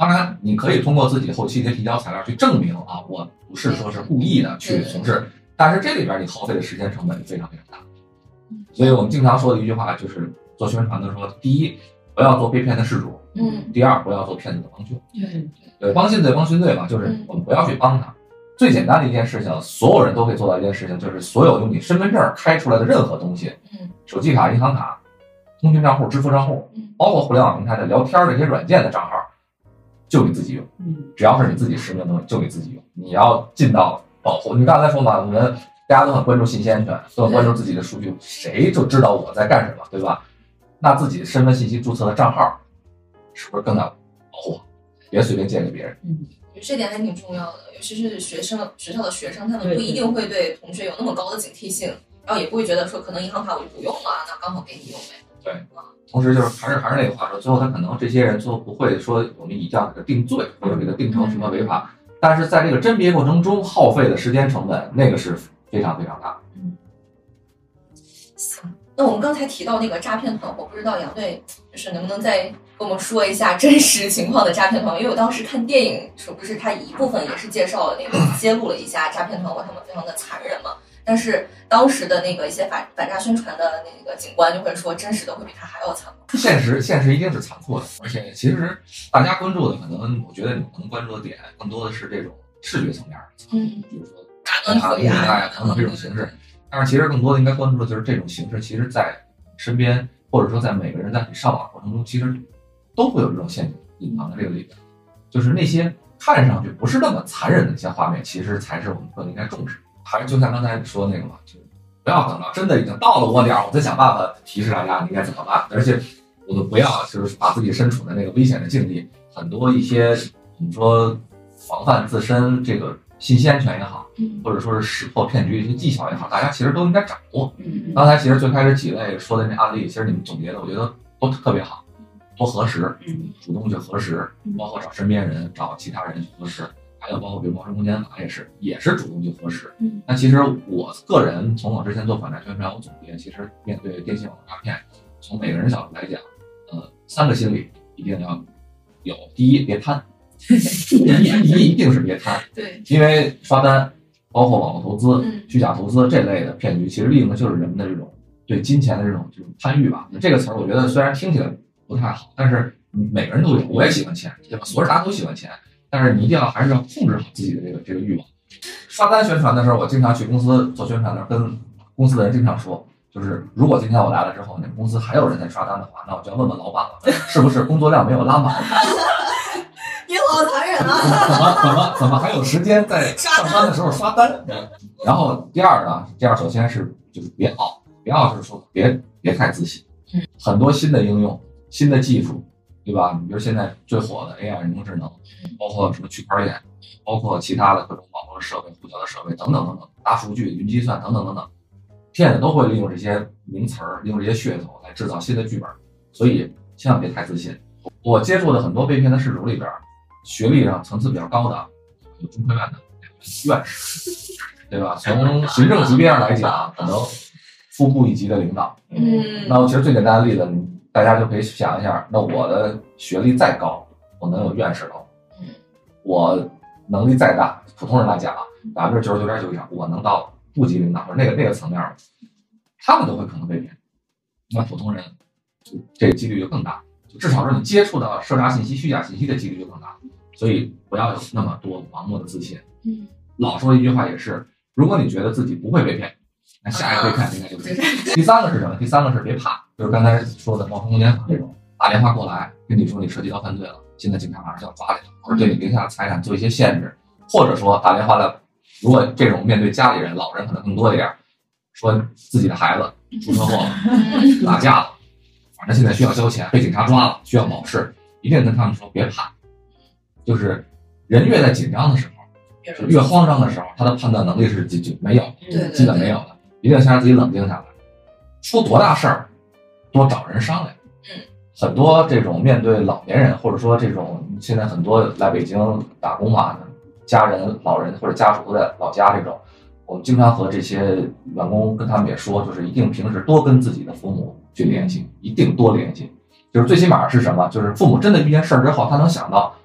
[SPEAKER 1] 当然，你可以通过自己后期的提交材料去证明啊，我不是说是故意的去从事，但是这里边你耗费的时间成本非常非常大。所以我们经常说的一句话就是做宣传的说，第一，不要做被骗的事主，
[SPEAKER 2] 嗯，
[SPEAKER 1] 第二，不要做骗子的帮凶。
[SPEAKER 2] 对
[SPEAKER 1] 对，帮信罪帮循罪嘛，就是我们不要去帮他。最简单的一件事情，所有人都可以做到一件事情，就是所有用你身份证开出来的任何东西，
[SPEAKER 2] 嗯，
[SPEAKER 1] 手机卡、银行卡、通讯账户、支付账户，包括互联网平台的聊天这些软件的账号，就你自己用。只要是你自己实名的东西，就你自己用。你要尽到保护。你刚才说嘛，我们大家都很关注信息安全，都很关注自己的数据，谁就知道我在干什么，对吧？那自己身份信息注册的账号，是不是更要保护？别随便借给别人。
[SPEAKER 2] 嗯，这点还挺重要的，尤其是学生学校的学生，他们不一定会对同学有那么高的警惕性，然后也不会觉得说可能银行卡我就不用了，那刚好给你用呗。
[SPEAKER 1] 对，同时就是还是还是那个话说，最后他可能这些人最后不会说我们一定要给他定罪，或者给他定成什么违法，但是在这个甄别过程中耗费的时间成本，那个是非常非常大。
[SPEAKER 2] 嗯，行。那我们刚才提到那个诈骗团伙，不知道杨队就是能不能再跟我们说一下真实情况的诈骗团伙？因为我当时看电影，是不是它一部分也是介绍了那个揭露了一下诈骗团伙他们非常的残忍嘛？但是当时的那个一些反反诈宣传的那个警官就会说，真实的会比他还要残酷。
[SPEAKER 1] 现实现实一定是残酷的，而且其实大家关注的可能，我觉得你能关注的点更多的是这种视觉层面的，
[SPEAKER 2] 嗯，
[SPEAKER 1] 比如说打卡、虐待等等这种形式。但是其实更多的应该关注的就是这种形式，其实在身边，或者说在每个人在你上网过程中，其实都会有这种陷阱隐藏在这个里边。就是那些看上去不是那么残忍的一些画面，其实才是我们更应该重视。还是就像刚才说那个嘛，就是不要等到真的已经到了窝点，我再想办法提示大家你应该怎么办。而且我们不要就是把自己身处的那个危险的境地，很多一些我们说防范自身这个信息安全也好，或者说是识破骗局的一些技巧也好，大家其实都应该掌握。刚才其实最开始几位说的那案例，其实你们总结的我觉得都特别好，多核实，主动去核实，包括找身边人、找其他人去核实，还有包括比如《猫生空间法》也是，也是主动去核实。那其实我个人从我之前做反诈宣传，我总结，其实面对电信网络诈骗，从每个人角度来讲，呃，三个心理一定要有：第一，别贪。第一一定是别贪，
[SPEAKER 2] 对，
[SPEAKER 1] 因为刷单，包括网络投资、虚假投资这类的骗局，其实利用的就是人们的这种对金钱的这种这种贪欲吧。这个词儿我觉得虽然听起来不太好，但是每个人都有，我也喜欢钱，对吧？所有人大家都喜欢钱，但是你一定要还是要控制好自己的这个这个欲望。刷单宣传的时候，我经常去公司做宣传的时候，跟公司的人经常说，就是如果今天我来了之后，你们公司还有人在刷单的话，那我就要问问老板了，是不是工作量没有拉满？
[SPEAKER 2] 你好残忍啊！
[SPEAKER 1] 怎么怎么怎么还有时间在上班的时候刷单？然后第二呢，第二首先是就是别傲，别傲就是说别别太自信。很多新的应用、新的技术，对吧？你比如现在最火的 A I 人工智能，包括什么区块链，包括其他的各种网络设备、互联的设备等等等等，大数据、云计算等等等等，骗子都会利用这些名词儿、利用这些噱头来制造新的剧本，所以千万别太自信。我接触的很多被骗的事主里边，学历上层次比较高的，有中科院的院士，对吧？从行政级别上来讲，可能副部一级的领导。
[SPEAKER 2] 嗯，
[SPEAKER 1] 那其实最简单的例子，大家就可以想一下，那我的学历再高，我能有院士楼？
[SPEAKER 2] 嗯，
[SPEAKER 1] 我能力再大，普通人来讲啊，百分之九十九点九以上，我能到部级领导或者那个那个层面，他们都会可能被骗。那普通人，这个几率就更大。至少说你接触到涉诈信息、虚假信息的几率就更大，所以不要有那么多盲目的自信。
[SPEAKER 2] 嗯，
[SPEAKER 1] 老说一句话也是，如果你觉得自己不会被骗，那下一个被骗应该就是。第三个是什么？第三个是别怕，就是刚才说的冒充空间法这种，打电话过来跟你说你涉及到犯罪了，现在警察马上就要抓你了，或者对你名下的财产做一些限制，或者说打电话来，如果这种面对家里人、老人可能更多一点，说自己的孩子出车祸了、打架了。反正现在需要交钱，被警察抓了，需要保释，一定跟他们说别怕。就是人越在紧张的时候，就越慌张的时候，他的判断能力是就就没有，基本没有的。一定先让自己冷静下来，出多大事儿，多找人商量。
[SPEAKER 2] 嗯，
[SPEAKER 1] 很多这种面对老年人，或者说这种现在很多来北京打工嘛，家人、老人或者家属都在老家这种。我们经常和这些员工跟他们也说，就是一定平时多跟自己的父母去联系，一定多联系。就是最起码是什么？就是父母真的遇见事儿之后，他能想到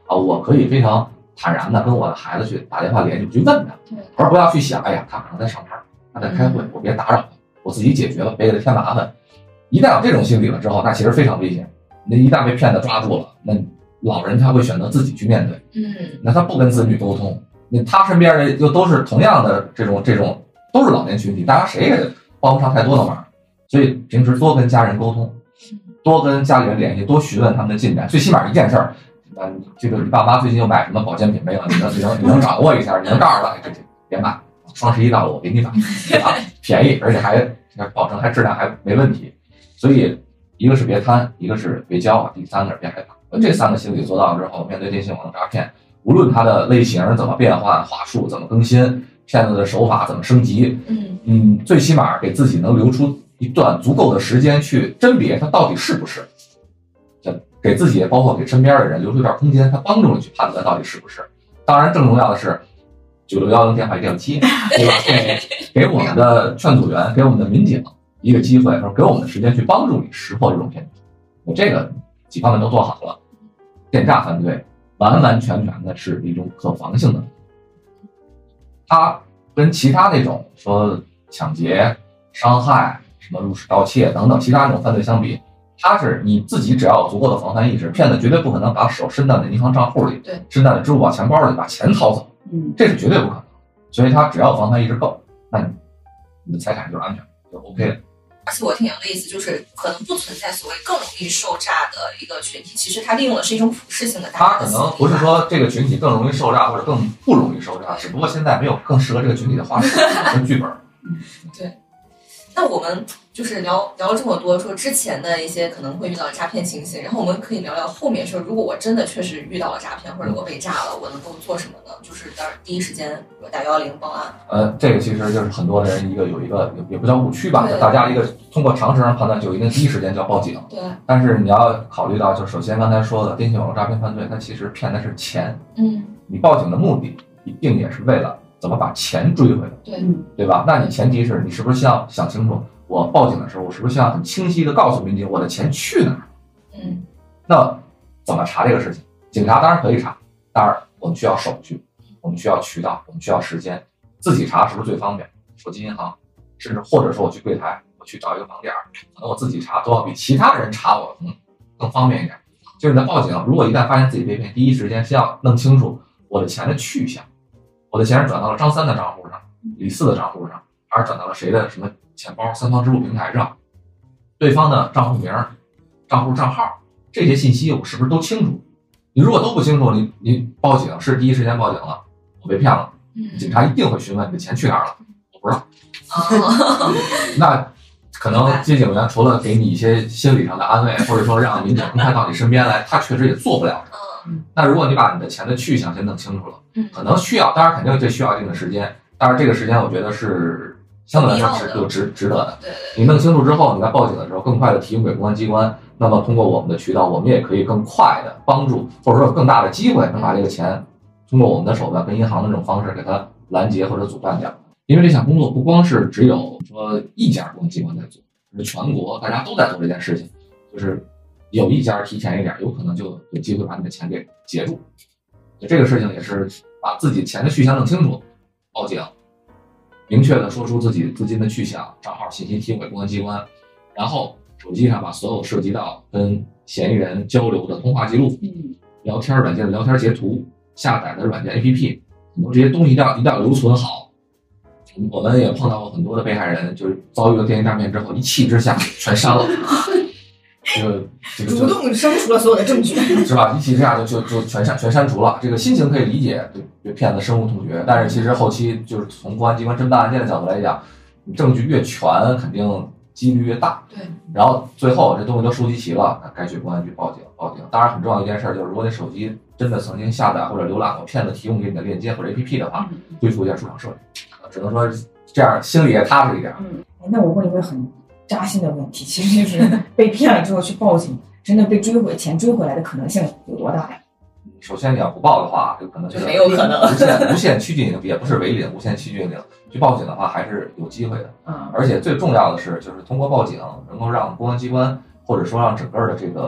[SPEAKER 1] 啊，我可以非常坦然的跟我的孩子去打电话联系，去问他，而不要去想，哎呀，他可能在上班，他在开会，我别打扰他，我自己解决了，别给他添麻烦。一旦有这种心理了之后，那其实非常危险。那一旦被骗子抓住了，那老人他会选择自己去面对，
[SPEAKER 2] 嗯，
[SPEAKER 1] 那他不跟子女沟通，那他身边人又都是同样的这种这种都是老年群体，大家谁也帮不上太多的忙，所以平时多跟家人沟通，多跟家里人联系，多询问他们的进展，最起码一件事儿，啊，这个你爸妈最近又买什么保健品没有？你能你能你能掌握一下，你能告诉他，这这别买，双十一到了我给你买，对吧？便宜，而且还保证还质量还没问题，所以一个是别贪，一个是别骄傲，第三个是别害怕。这三个心理做到之后，面对电信网络诈骗，无论它的类型怎么变换，话术怎么更新，骗子的手法怎么升级，
[SPEAKER 2] 嗯
[SPEAKER 1] 嗯，最起码给自己能留出一段足够的时间去甄别它到底是不是，就给自己包括给身边的人留出一段空间，它帮助你去判断到底是不是。当然，更重要的是九六幺零电话一定要接，对吧？给给我们的劝阻员，给我们的民警一个机会，或者给我们的时间去帮助你识破这种骗局。我这个几方面都做好了，电诈犯罪完完全全的是一种可防性的，它跟其他那种说抢劫、伤害、什么入室盗窃等等其他那种犯罪相比，它是你自己只要有足够的防范意识，骗子绝对不可能把手伸到你的银行账户里，
[SPEAKER 2] 对，
[SPEAKER 1] 伸到你支付宝钱包里把钱掏走，
[SPEAKER 4] 嗯，
[SPEAKER 1] 这是绝对不可能。所以它只要防范意识够，那你你的财产就是安全，就 OK 了。
[SPEAKER 2] 而且我听杨的意思就是，可能不存在所谓更容易受诈的一个群体，其实它利用的是一种普适性的诈
[SPEAKER 1] 它可能不是说这个群体更容易受诈或者更不容易受诈，只不过现在没有更适合这个群体的话术和剧本。
[SPEAKER 2] 对，那我们就是聊聊了这么多，说之前的一些可能会遇到的诈骗情形，然后我们可以聊聊后面说，如果我真的确实遇到了诈骗，或者我被诈了，我能够做什么呢？就是当然第一时间我打幺幺零报案。
[SPEAKER 1] 呃，这个其实就是很多人一个有一个也不叫误区吧，
[SPEAKER 2] 对
[SPEAKER 1] 大家一个通过常识上判断就一定第一时间就要报警。
[SPEAKER 2] 对。
[SPEAKER 1] 但是你要考虑到，就首先刚才说的电信网络诈骗犯罪，它其实骗的是钱。
[SPEAKER 2] 嗯。
[SPEAKER 1] 你报警的目的一定也是为了怎么把钱追回来。
[SPEAKER 2] 对。
[SPEAKER 1] 对吧？那你前提是你是不是想想清楚？我报警的时候，我是不是需要很清晰的告诉民警我的钱去哪儿？
[SPEAKER 2] 嗯，
[SPEAKER 1] 那怎么查这个事情？警察当然可以查，当然我们需要手续，我们需要渠道，我们需要时间。自己查是不是最方便？手机银行，甚至或者说我去柜台，我去找一个网点，可能我自己查都要比其他人查我更更方便一点。就是你在报警，如果一旦发现自己被骗，第一时间先要弄清楚我的钱的去向，我的钱是转到了张三的账户上，李四的账户上，还是转到了谁的什么钱包、三方支付平台上，对方的账户名、账户账号这些信息我是不是都清楚？你如果都不清楚，你你报警是第一时间报警了，我被骗了，警察一定会询问你的钱去哪儿了，我不知道。
[SPEAKER 2] 哦、
[SPEAKER 1] 那可能接警员除了给你一些心理上的安慰，或者说让民警更快到你身边来，他确实也做不了什么。那如果你把你的钱的去向先弄清楚了，可能需要，当然肯定这需要一定的时间，但是这个时间我觉得是。相对来说是有值值得的。
[SPEAKER 2] 对，
[SPEAKER 1] 你弄清楚之后，你在报警的时候更快的提供给公安机关。那么通过我们的渠道，我们也可以更快的帮助，或者说更大的机会，能把这个钱通过我们的手段跟银行的这种方式给它拦截或者阻断掉。因为这项工作不光是只有说一家公安机关在做，是全国大家都在做这件事情。就是有一家提前一点，有可能就有机会把你的钱给截住。这个事情也是把自己钱的去向弄清楚，报警。明确的说出自己资金的去向、账号信息提供给公安机关，然后手机上把所有涉及到跟嫌疑人交流的通话记录、聊天软件的聊天截图、下载的软件 A P P， 很多这些东西一定要一定要留存好。我们也碰到过很多的被害人，就是遭遇了电信诈骗之后，一气之下全删了。这个这个
[SPEAKER 4] 主动删除了所有的证据，
[SPEAKER 1] 是吧？一气之下就就就全删全删除了。这个心情可以理解，对对骗子深恶痛绝。但是其实后期就是从公安机关侦办案件的角度来讲，你证据越全，肯定几率越大。
[SPEAKER 2] 对。
[SPEAKER 1] 然后最后这东西都收集齐了，那该去公安局报警报警。当然很重要一件事就是，如果你手机真的曾经下载或者浏览过骗子提供给你的链接或者 A P P 的话，恢复一下出厂设置。只能说这样心里也踏实一点。
[SPEAKER 4] 嗯，那我问一个很扎心的问题，其实就是被骗了之后去报警，真的被追回钱追回来的可能性有多大呀？
[SPEAKER 1] 首先你要不报的话，有可能
[SPEAKER 2] 就没有可能
[SPEAKER 1] 无限无限趋近零，也不是为零，无限趋近零。去报警的话还是有机会的。
[SPEAKER 4] 嗯，
[SPEAKER 1] 而且最重要的是，就是通过报警能够让公安机关或者说让整个的这个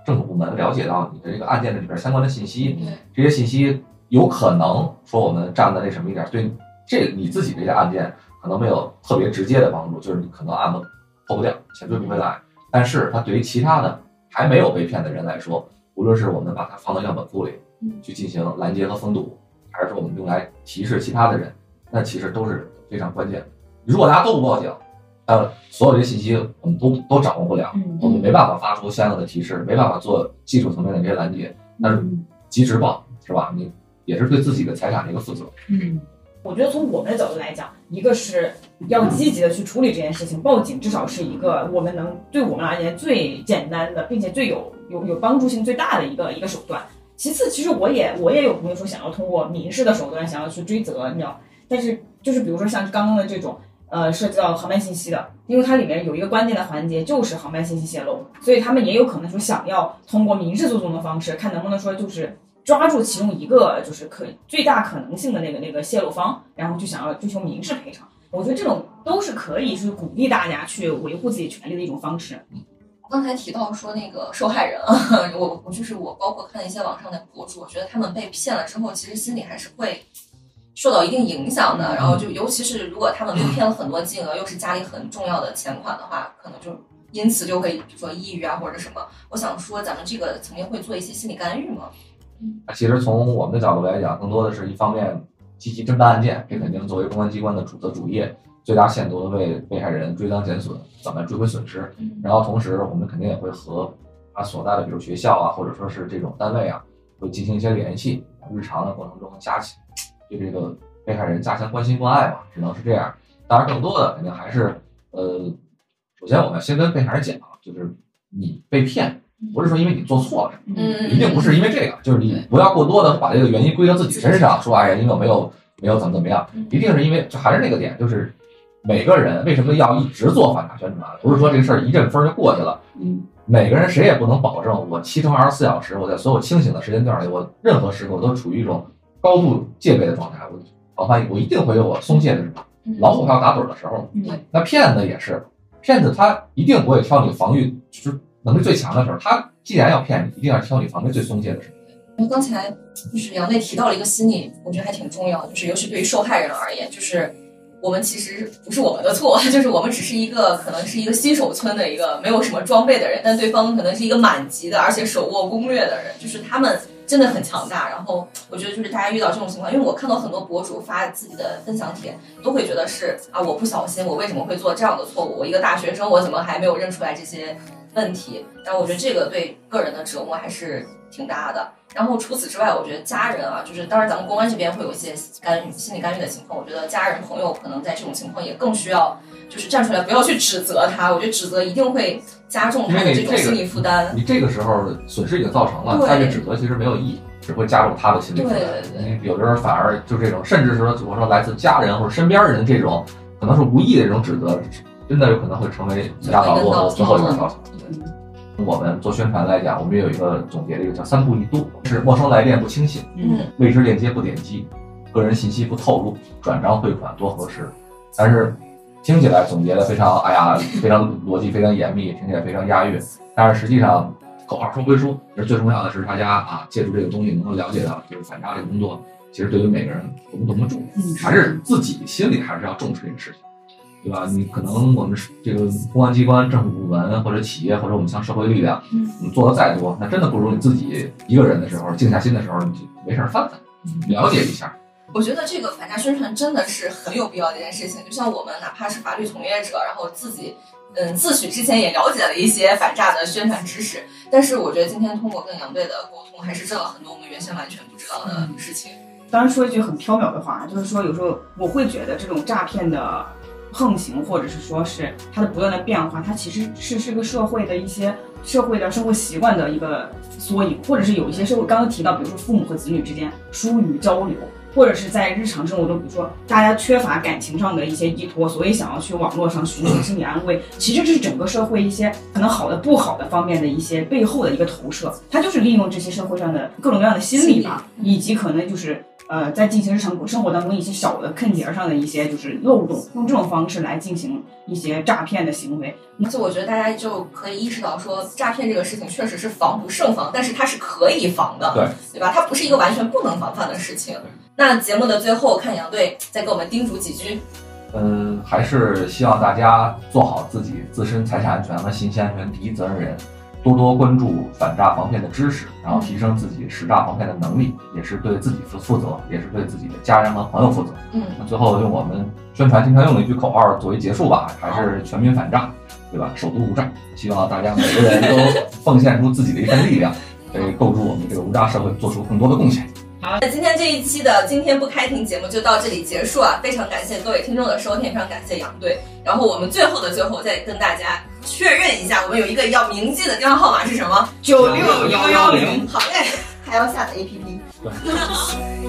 [SPEAKER 1] 政府部门了解到你的这个案件的里边相关的信息，这些信息有可能说我们站的那什么一点，对这你自己这些案件可能没有特别直接的帮助，就是你可能案子破不掉，钱追不回来。但是它对于其他的还没有被骗的人来说，无论是我们把它放到样本库里去进行拦截和封堵，还是说我们用来提示其他的人，那其实都是非常关键的。如果大家都不报警，呃，所有这些信息我们都都掌握不了，我们没办法发出相应的提示，没办法做技术层面的这些拦截，但是及时报是吧？你也是对自己的财产的一个负责。
[SPEAKER 4] 嗯，我觉得从我们的角度来讲，一个是要积极的去处理这件事情，报警至少是一个我们能对我们而言最简单的，并且最有有有帮助性最大的一个一个手段。其次，其实我也我也有朋友说想要通过民事的手段想要去追责，你知道，但是就是比如说像刚刚的这种。呃，涉及到航班信息的，因为它里面有一个关键的环节就是航班信息泄露，所以他们也有可能说想要通过民事诉讼的方式，看能不能说就是抓住其中一个就是可最大可能性的那个那个泄露方，然后就想要追求民事赔偿。我觉得这种都是可以就是鼓励大家去维护自己权利的一种方式。
[SPEAKER 2] 刚才提到说那个受害人啊，我我就是我包括看一些网上的博主，我觉得他们被骗了之后，其实心里还是会受到一定影响的，然后就尤其是如果他们被骗了很多金额，又是家里很重要的钱款的话，可能就因此就会比如说抑郁啊或者什么。我想说咱们这个层面会做一些心理干预吗？
[SPEAKER 1] 其实从我们的角度来讲，更多的是一方面积极侦办案件，这肯定作为公安机关的主责主业，最大限度的为被害人追赃减损，怎么追回损失。然后同时我们肯定也会和他所在的比如学校啊，或者说是这种单位啊，会进行一些联系，日常的过程中加强对这个被害人加强关心关爱吧，只能是这样。当然更多的肯定还是呃，首先我们先跟被害人讲，就是你被骗不是说因为你做错了什么，
[SPEAKER 2] 嗯，
[SPEAKER 1] 一定不是因为这个，就是你不要过多的把这个原因归到自己身上，说哎呀因为我没有没有怎么怎么样，一定是因为就还是那个点，就是每个人为什么要一直做反诈宣传，不是说这个事儿一阵风就过去了，嗯，每个人谁也不能保证我七乘二十四小时，我在所有清醒的时间段里，我任何时刻我都处于一种高度戒备的状态，我防范我一定会有我松懈的时候，老虎还有打盹的时候，那骗子也是，骗子他一定不会挑你防御就是能力最强的时候，他既然要骗你，一定要挑你防御最松懈的时候。
[SPEAKER 2] 因为刚才就是杨妹提到了一个心理，我觉得还挺重要的，就是尤其对于受害人而言，就是我们其实不是我们的错，就是我们只是一个可能是一个新手村的一个没有什么装备的人，但对方可能是一个满级的，而且手握攻略的人，就是他们真的很强大。然后我觉得就是大家遇到这种情况，因为我看到很多博主发自己的分享帖，都会觉得是啊，我不小心，我为什么会做这样的错误？我一个大学生，我怎么还没有认出来这些问题？但我觉得这个对个人的折磨还是挺大的。然后除此之外，我觉得家人啊，就是当然咱们公安这边会有一些干预、心理干预的情况，我觉得家人朋友可能在这种情况也更需要，就是站出来，不要去指责他。我觉得指责一定会加重他的这种心理负担。
[SPEAKER 1] 你这个时候损失已经造成了，再去指责其实没有意义，只会加重他的心理负担。
[SPEAKER 2] 对对对，
[SPEAKER 1] 有的人反而就这种，甚至说我说来自家人或者身边人的这种，可能是无意的这种指责，真的有可能会成为压倒落后最后一根稻草。我们做宣传来讲，我们也有一个总结的一个叫三不一度，是陌生来电不轻信，
[SPEAKER 2] 嗯，
[SPEAKER 1] 未知链接不点击，个人信息不透露，转账汇款多核实。但是听起来总结的非常，哎呀，非常逻辑非常严密，听起来非常押韵。但是实际上口号说归说，其实最重要的是大家啊，借助这个东西能够了解到，就是反诈这个工作，其实对于每个人多么多么重要，还是自己心里还是要重视这个事情。对吧？你可能我们这个公安机关、政府部门或者企业或者我们像社会力量，嗯，你做的再多，那真的不如你自己一个人的时候，静下心的时候，你就没事翻翻，了解一下。
[SPEAKER 2] 我觉得这个反诈宣传真的是很有必要的一件事情。就像我们哪怕是法律从业者，然后自己嗯自诩之前也了解了一些反诈的宣传知识，但是我觉得今天通过跟杨队的沟通，还是知道了很多我们原先完全不知道的事情。
[SPEAKER 4] 当然说一句很缥缈的话，就是说有时候我会觉得这种诈骗的横行，或者是说是它的不断的变化，它其实是是个社会的一些社会的生活习惯的一个缩影，或者是有一些社会刚刚提到，比如说父母和子女之间疏于交流，或者是在日常生活中，比如说大家缺乏感情上的一些依托，所以想要去网络上寻求心理安慰，其实这是整个社会一些可能好的不好的方面的一些背后的一个投射，它就是利用这些社会上的各种各样的心理吧，以及可能就是呃，在进行日常生活当中一些小的坑节上的一些就是漏洞，用这种方式来进行一些诈骗的行为。
[SPEAKER 2] 而且我觉得大家就可以意识到说，诈骗这个事情确实是防不胜防，但是它是可以防的，
[SPEAKER 1] 对
[SPEAKER 2] 对吧？它不是一个完全不能防范的事情。那节目的最后，看杨队再给我们叮嘱几句。
[SPEAKER 1] 嗯，还是希望大家做好自己自身财产安全和信息安全第一责任人，多多关注反诈防骗的知识，然后提升自己识诈防骗的能力，也是对自己负责，也是对自己的家人和朋友负责。
[SPEAKER 2] 嗯，
[SPEAKER 1] 那最后用我们宣传经常用的一句口号作为结束吧，还是全民反诈，对吧？首都无诈，希望大家每个人都奉献出自己的一份力量，为构筑我们这个无诈社会做出更多的贡献。
[SPEAKER 2] 好，那今天这一期的今天不开庭节目就到这里结束啊！非常感谢各位听众的收听，非常感谢杨队。然后我们最后的最后再跟大家确认一下，我们有一个要铭记的电话号码是什么？
[SPEAKER 4] 九六幺幺零。
[SPEAKER 2] 好嘞，
[SPEAKER 3] 还要下载 A P P。
[SPEAKER 1] 对。